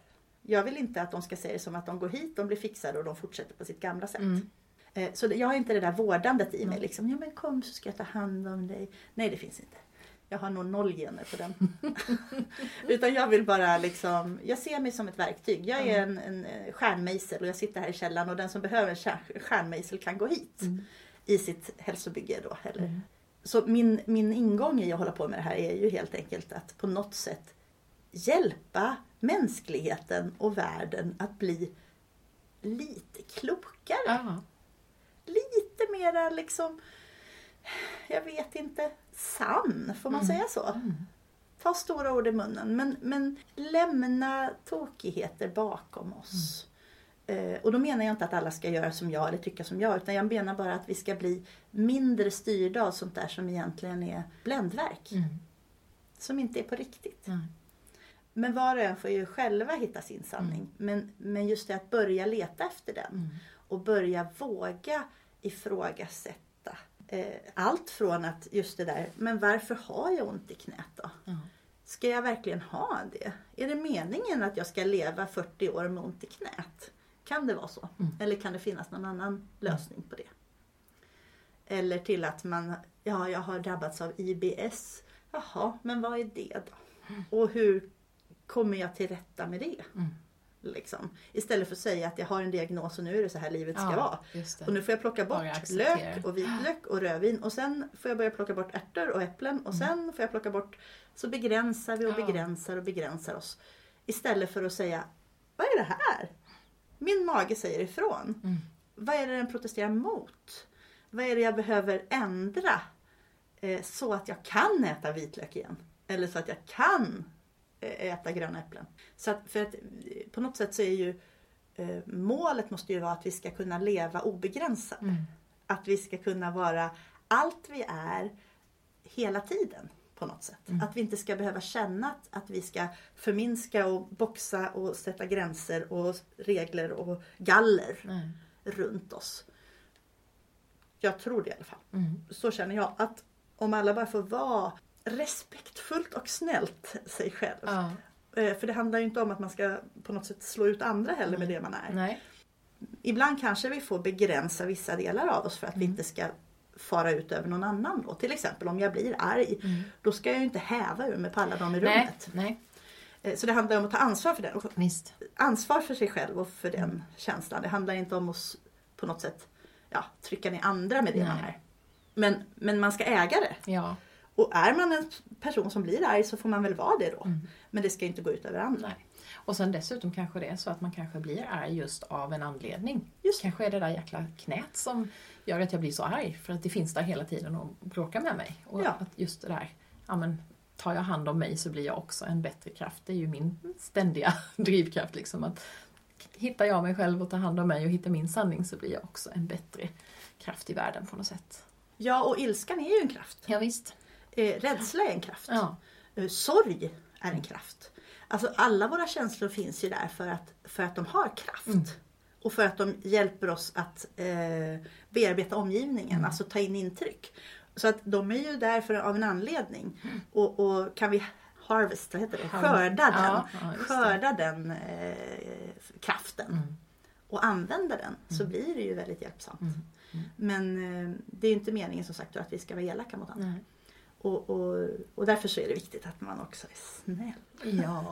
jag vill inte att de ska säga det som att de går hit, de blir fixade och de fortsätter på sitt gamla sätt. Mm. Eh, så jag har inte det där vårdandet i mig. Liksom, ja men kom så ska jag ta hand om dig. Nej, det finns inte. Jag har nog noll gener på den. Utan jag vill bara liksom, jag ser mig som ett verktyg. Jag är en, en stjärnmejsel och jag sitter här i källaren och den som behöver en stjärnmejsel kan gå hit. Mm. I sitt hälsobygge då. Eller. Mm. Så min, min ingång i att hålla på med det här är ju helt enkelt att på något sätt hjälpa mänskligheten och världen att bli lite klokare. Aha. Lite mera liksom, jag vet inte, sann, får man mm. säga så? Mm. Ta stora ord i munnen, men, men lämna tokigheter bakom oss. Mm. Eh, och då menar jag inte att alla ska göra som jag eller tycka som jag, utan jag menar bara att vi ska bli mindre styrda av sånt där som egentligen är bländverk. Mm. Som inte är på riktigt. Mm. Men var och en får ju själva hitta sin sanning. Mm. Men, men just det att börja leta efter den. Mm. Och börja våga ifrågasätta. Eh, allt från att just det där, men varför har jag ont i knät då? Mm. Ska jag verkligen ha det? Är det meningen att jag ska leva fyrtio år med ont i knät? Kan det vara så? Mm. Eller kan det finnas någon annan lösning på det? Eller till att man, ja jag har drabbats av I B S. Jaha, men vad är det då? Mm. Och hur kommer jag till rätta med det? Mm. Liksom. Istället för att säga att jag har en diagnos och nu är det så här livet ska ja, vara. Och nu får jag plocka bort lök och vitlök och rödvin. Och sen får jag börja plocka bort ärtor och äpplen. Och sen mm. får jag plocka bort. Så begränsar vi och ja. begränsar och begränsar oss. Istället för att säga, vad är det här? Min mage säger ifrån. Mm. Vad är det den protesterar mot? Vad är det jag behöver ändra? Eh, så att jag kan äta vitlök igen. Eller så att jag kan äta gröna äpplen. Så att, för att på något sätt så är ju eh, målet måste ju vara att vi ska kunna leva obegränsat. Mm. Att vi ska kunna vara allt vi är hela tiden på något sätt. Mm. Att vi inte ska behöva känna att, att vi ska förminska och boxa och sätta gränser och regler och galler mm. runt oss. Jag tror det i alla fall. Mm. Så känner jag att om alla bara får vara respektfullt och snällt sig själv. Ja. För det handlar ju inte om att man ska på något sätt slå ut andra heller med det man är. Nej. Ibland kanske vi får begränsa vissa delar av oss för att mm. vi inte ska fara ut över någon annan då. Till exempel om jag blir arg, mm. då ska jag ju inte häva ur mig på alla dem i rummet. Nej. Nej. Så det handlar om att ta ansvar för den. Visst. Ansvar för sig själv och för den mm. känslan. Det handlar inte om att på något sätt ja, trycka ner andra med det man är. Men, men man ska äga det. Ja. Och är man en person som blir arg så får man väl vara det då. Mm. Men det ska inte gå ut över andra. Nej. Och sen dessutom kanske det är så att man kanske blir arg just av en anledning. Just. Kanske är det där jäkla knät som gör att jag blir så arg. För att det finns där hela tiden och bråkar med mig. Och ja. Att just det där, ja men tar jag hand om mig så blir jag också en bättre kraft. Det är ju min ständiga drivkraft liksom. Att hittar jag mig själv och tar hand om mig och hittar min sanning så blir jag också en bättre kraft i världen på något sätt. Ja, och ilskan är ju en kraft. Ja visst. Eh, rädsla är en kraft. Ja. Eh, sorg är en kraft. Alltså alla våra känslor finns ju där för att, för att de har kraft. Mm. Och för att de hjälper oss att eh, bearbeta omgivningen. Mm. Alltså ta in intryck. Så att de är ju där för, av en anledning. Mm. Och, och kan vi harvest, vad heter det? Skörda den, ja, ja, skörda den eh, kraften. Mm. Och använda den. Mm. Så blir det ju väldigt hjälpsamt. Mm. Mm. Men eh, det är ju inte meningen som sagt att vi ska vara elaka mot andra. Nej. Och, och, och därför så är det viktigt att man också är snäll. Ja.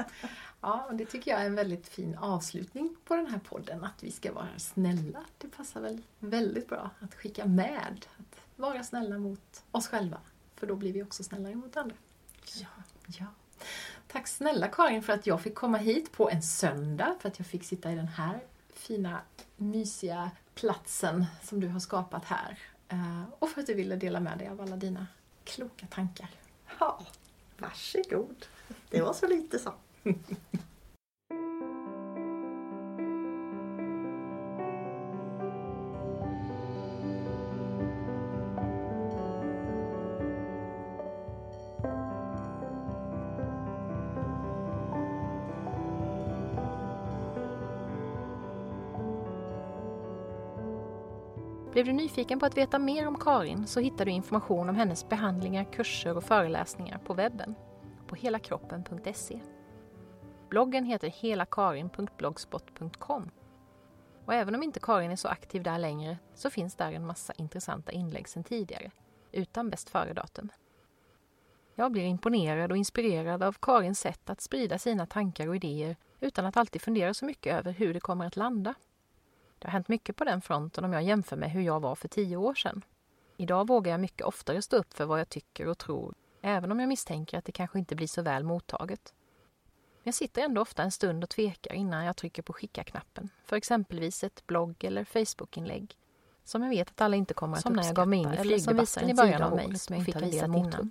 Ja, och det tycker jag är en väldigt fin avslutning på den här podden. Att vi ska vara snälla. Det passar väl väldigt bra att skicka med. Att vara snälla mot oss själva. För då blir vi också snällare mot andra. Ja. Ja. Tack snälla Karin för att jag fick komma hit på en söndag. För att jag fick sitta i den här fina, mysiga platsen som du har skapat här. Och för att du ville dela med dig av alla dina kloka tankar. Ja, varsågod. Det var så lite så. Blev du nyfiken på att veta mer om Karin så hittar du information om hennes behandlingar, kurser och föreläsningar på webben på helakroppen punkt se. Bloggen heter helakarin punkt blogspot punkt com. Och även om inte Karin är så aktiv där längre så finns där en massa intressanta inlägg sedan tidigare, utan bäst före-datum. Jag blir imponerad och inspirerad av Karins sätt att sprida sina tankar och idéer utan att alltid fundera så mycket över hur det kommer att landa. Det har hänt mycket på den fronten om jag jämför med hur jag var för tio år sedan. Idag vågar jag mycket oftare stå upp för vad jag tycker och tror, även om jag misstänker att det kanske inte blir så väl mottaget. Jag sitter ändå ofta en stund och tvekar innan jag trycker på skicka-knappen för exempelvis ett blogg- eller Facebook-inlägg som jag vet att alla inte kommer att som uppskatta, när jag gav mig in i flygdebatten i början av mig som jag inte hade vetat innan.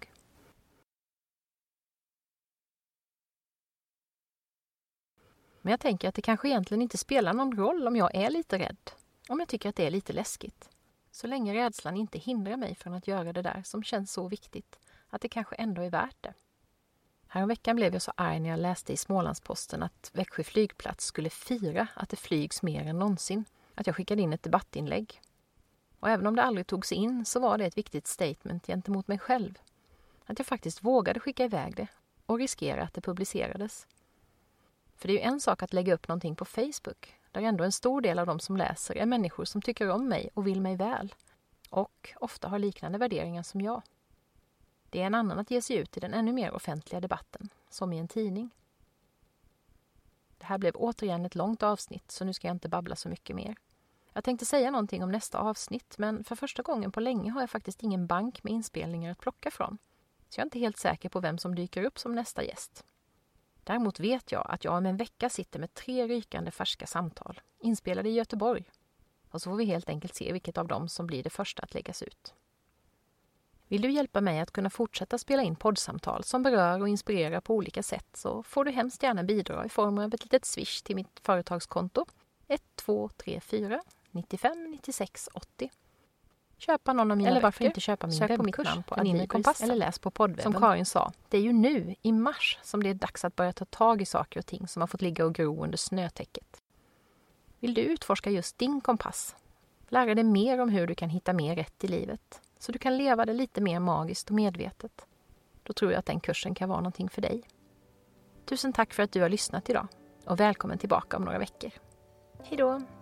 Men jag tänker att det kanske egentligen inte spelar någon roll om jag är lite rädd, om jag tycker att det är lite läskigt. Så länge rädslan inte hindrar mig från att göra det där som känns så viktigt, att det kanske ändå är värt det. Häromveckan blev jag så arg när jag läste i Smålandsposten att Växjö flygplats skulle fira att det flygs mer än någonsin, att jag skickade in ett debattinlägg. Och även om det aldrig togs in så var det ett viktigt statement gentemot mig själv. Att jag faktiskt vågade skicka iväg det och riskera att det publicerades. För det är ju en sak att lägga upp någonting på Facebook, där ändå en stor del av de som läser är människor som tycker om mig och vill mig väl. Och ofta har liknande värderingar som jag. Det är en annan att ge sig ut i den ännu mer offentliga debatten, som i en tidning. Det här blev återigen ett långt avsnitt, så nu ska jag inte babbla så mycket mer. Jag tänkte säga någonting om nästa avsnitt, men för första gången på länge har jag faktiskt ingen bank med inspelningar att plocka från. Så jag är inte helt säker på vem som dyker upp som nästa gäst. Däremot vet jag att jag om en vecka sitter med tre rykande färska samtal, inspelade i Göteborg. Och så får vi helt enkelt se vilket av dem som blir det första att läggas ut. Vill du hjälpa mig att kunna fortsätta spela in poddsamtal som berör och inspirerar på olika sätt så får du hemskt gärna bidra i form av ett litet swish till mitt företagskonto ett två tre fyra nittiofem nittiosex åttio. Köpa någon av mina eller varför böcker, inte köpa min sök webbkurs på mitt namn på Den inre kompassen, eller läs på poddwebben. Som Karin sa, det är ju nu i mars som det är dags att börja ta tag i saker och ting som har fått ligga och gro under snötäcket. Vill du utforska just din kompass? Lära dig mer om hur du kan hitta mer rätt i livet, så du kan leva det lite mer magiskt och medvetet. Då tror jag att den kursen kan vara någonting för dig. Tusen tack för att du har lyssnat idag och välkommen tillbaka om några veckor. Hej då!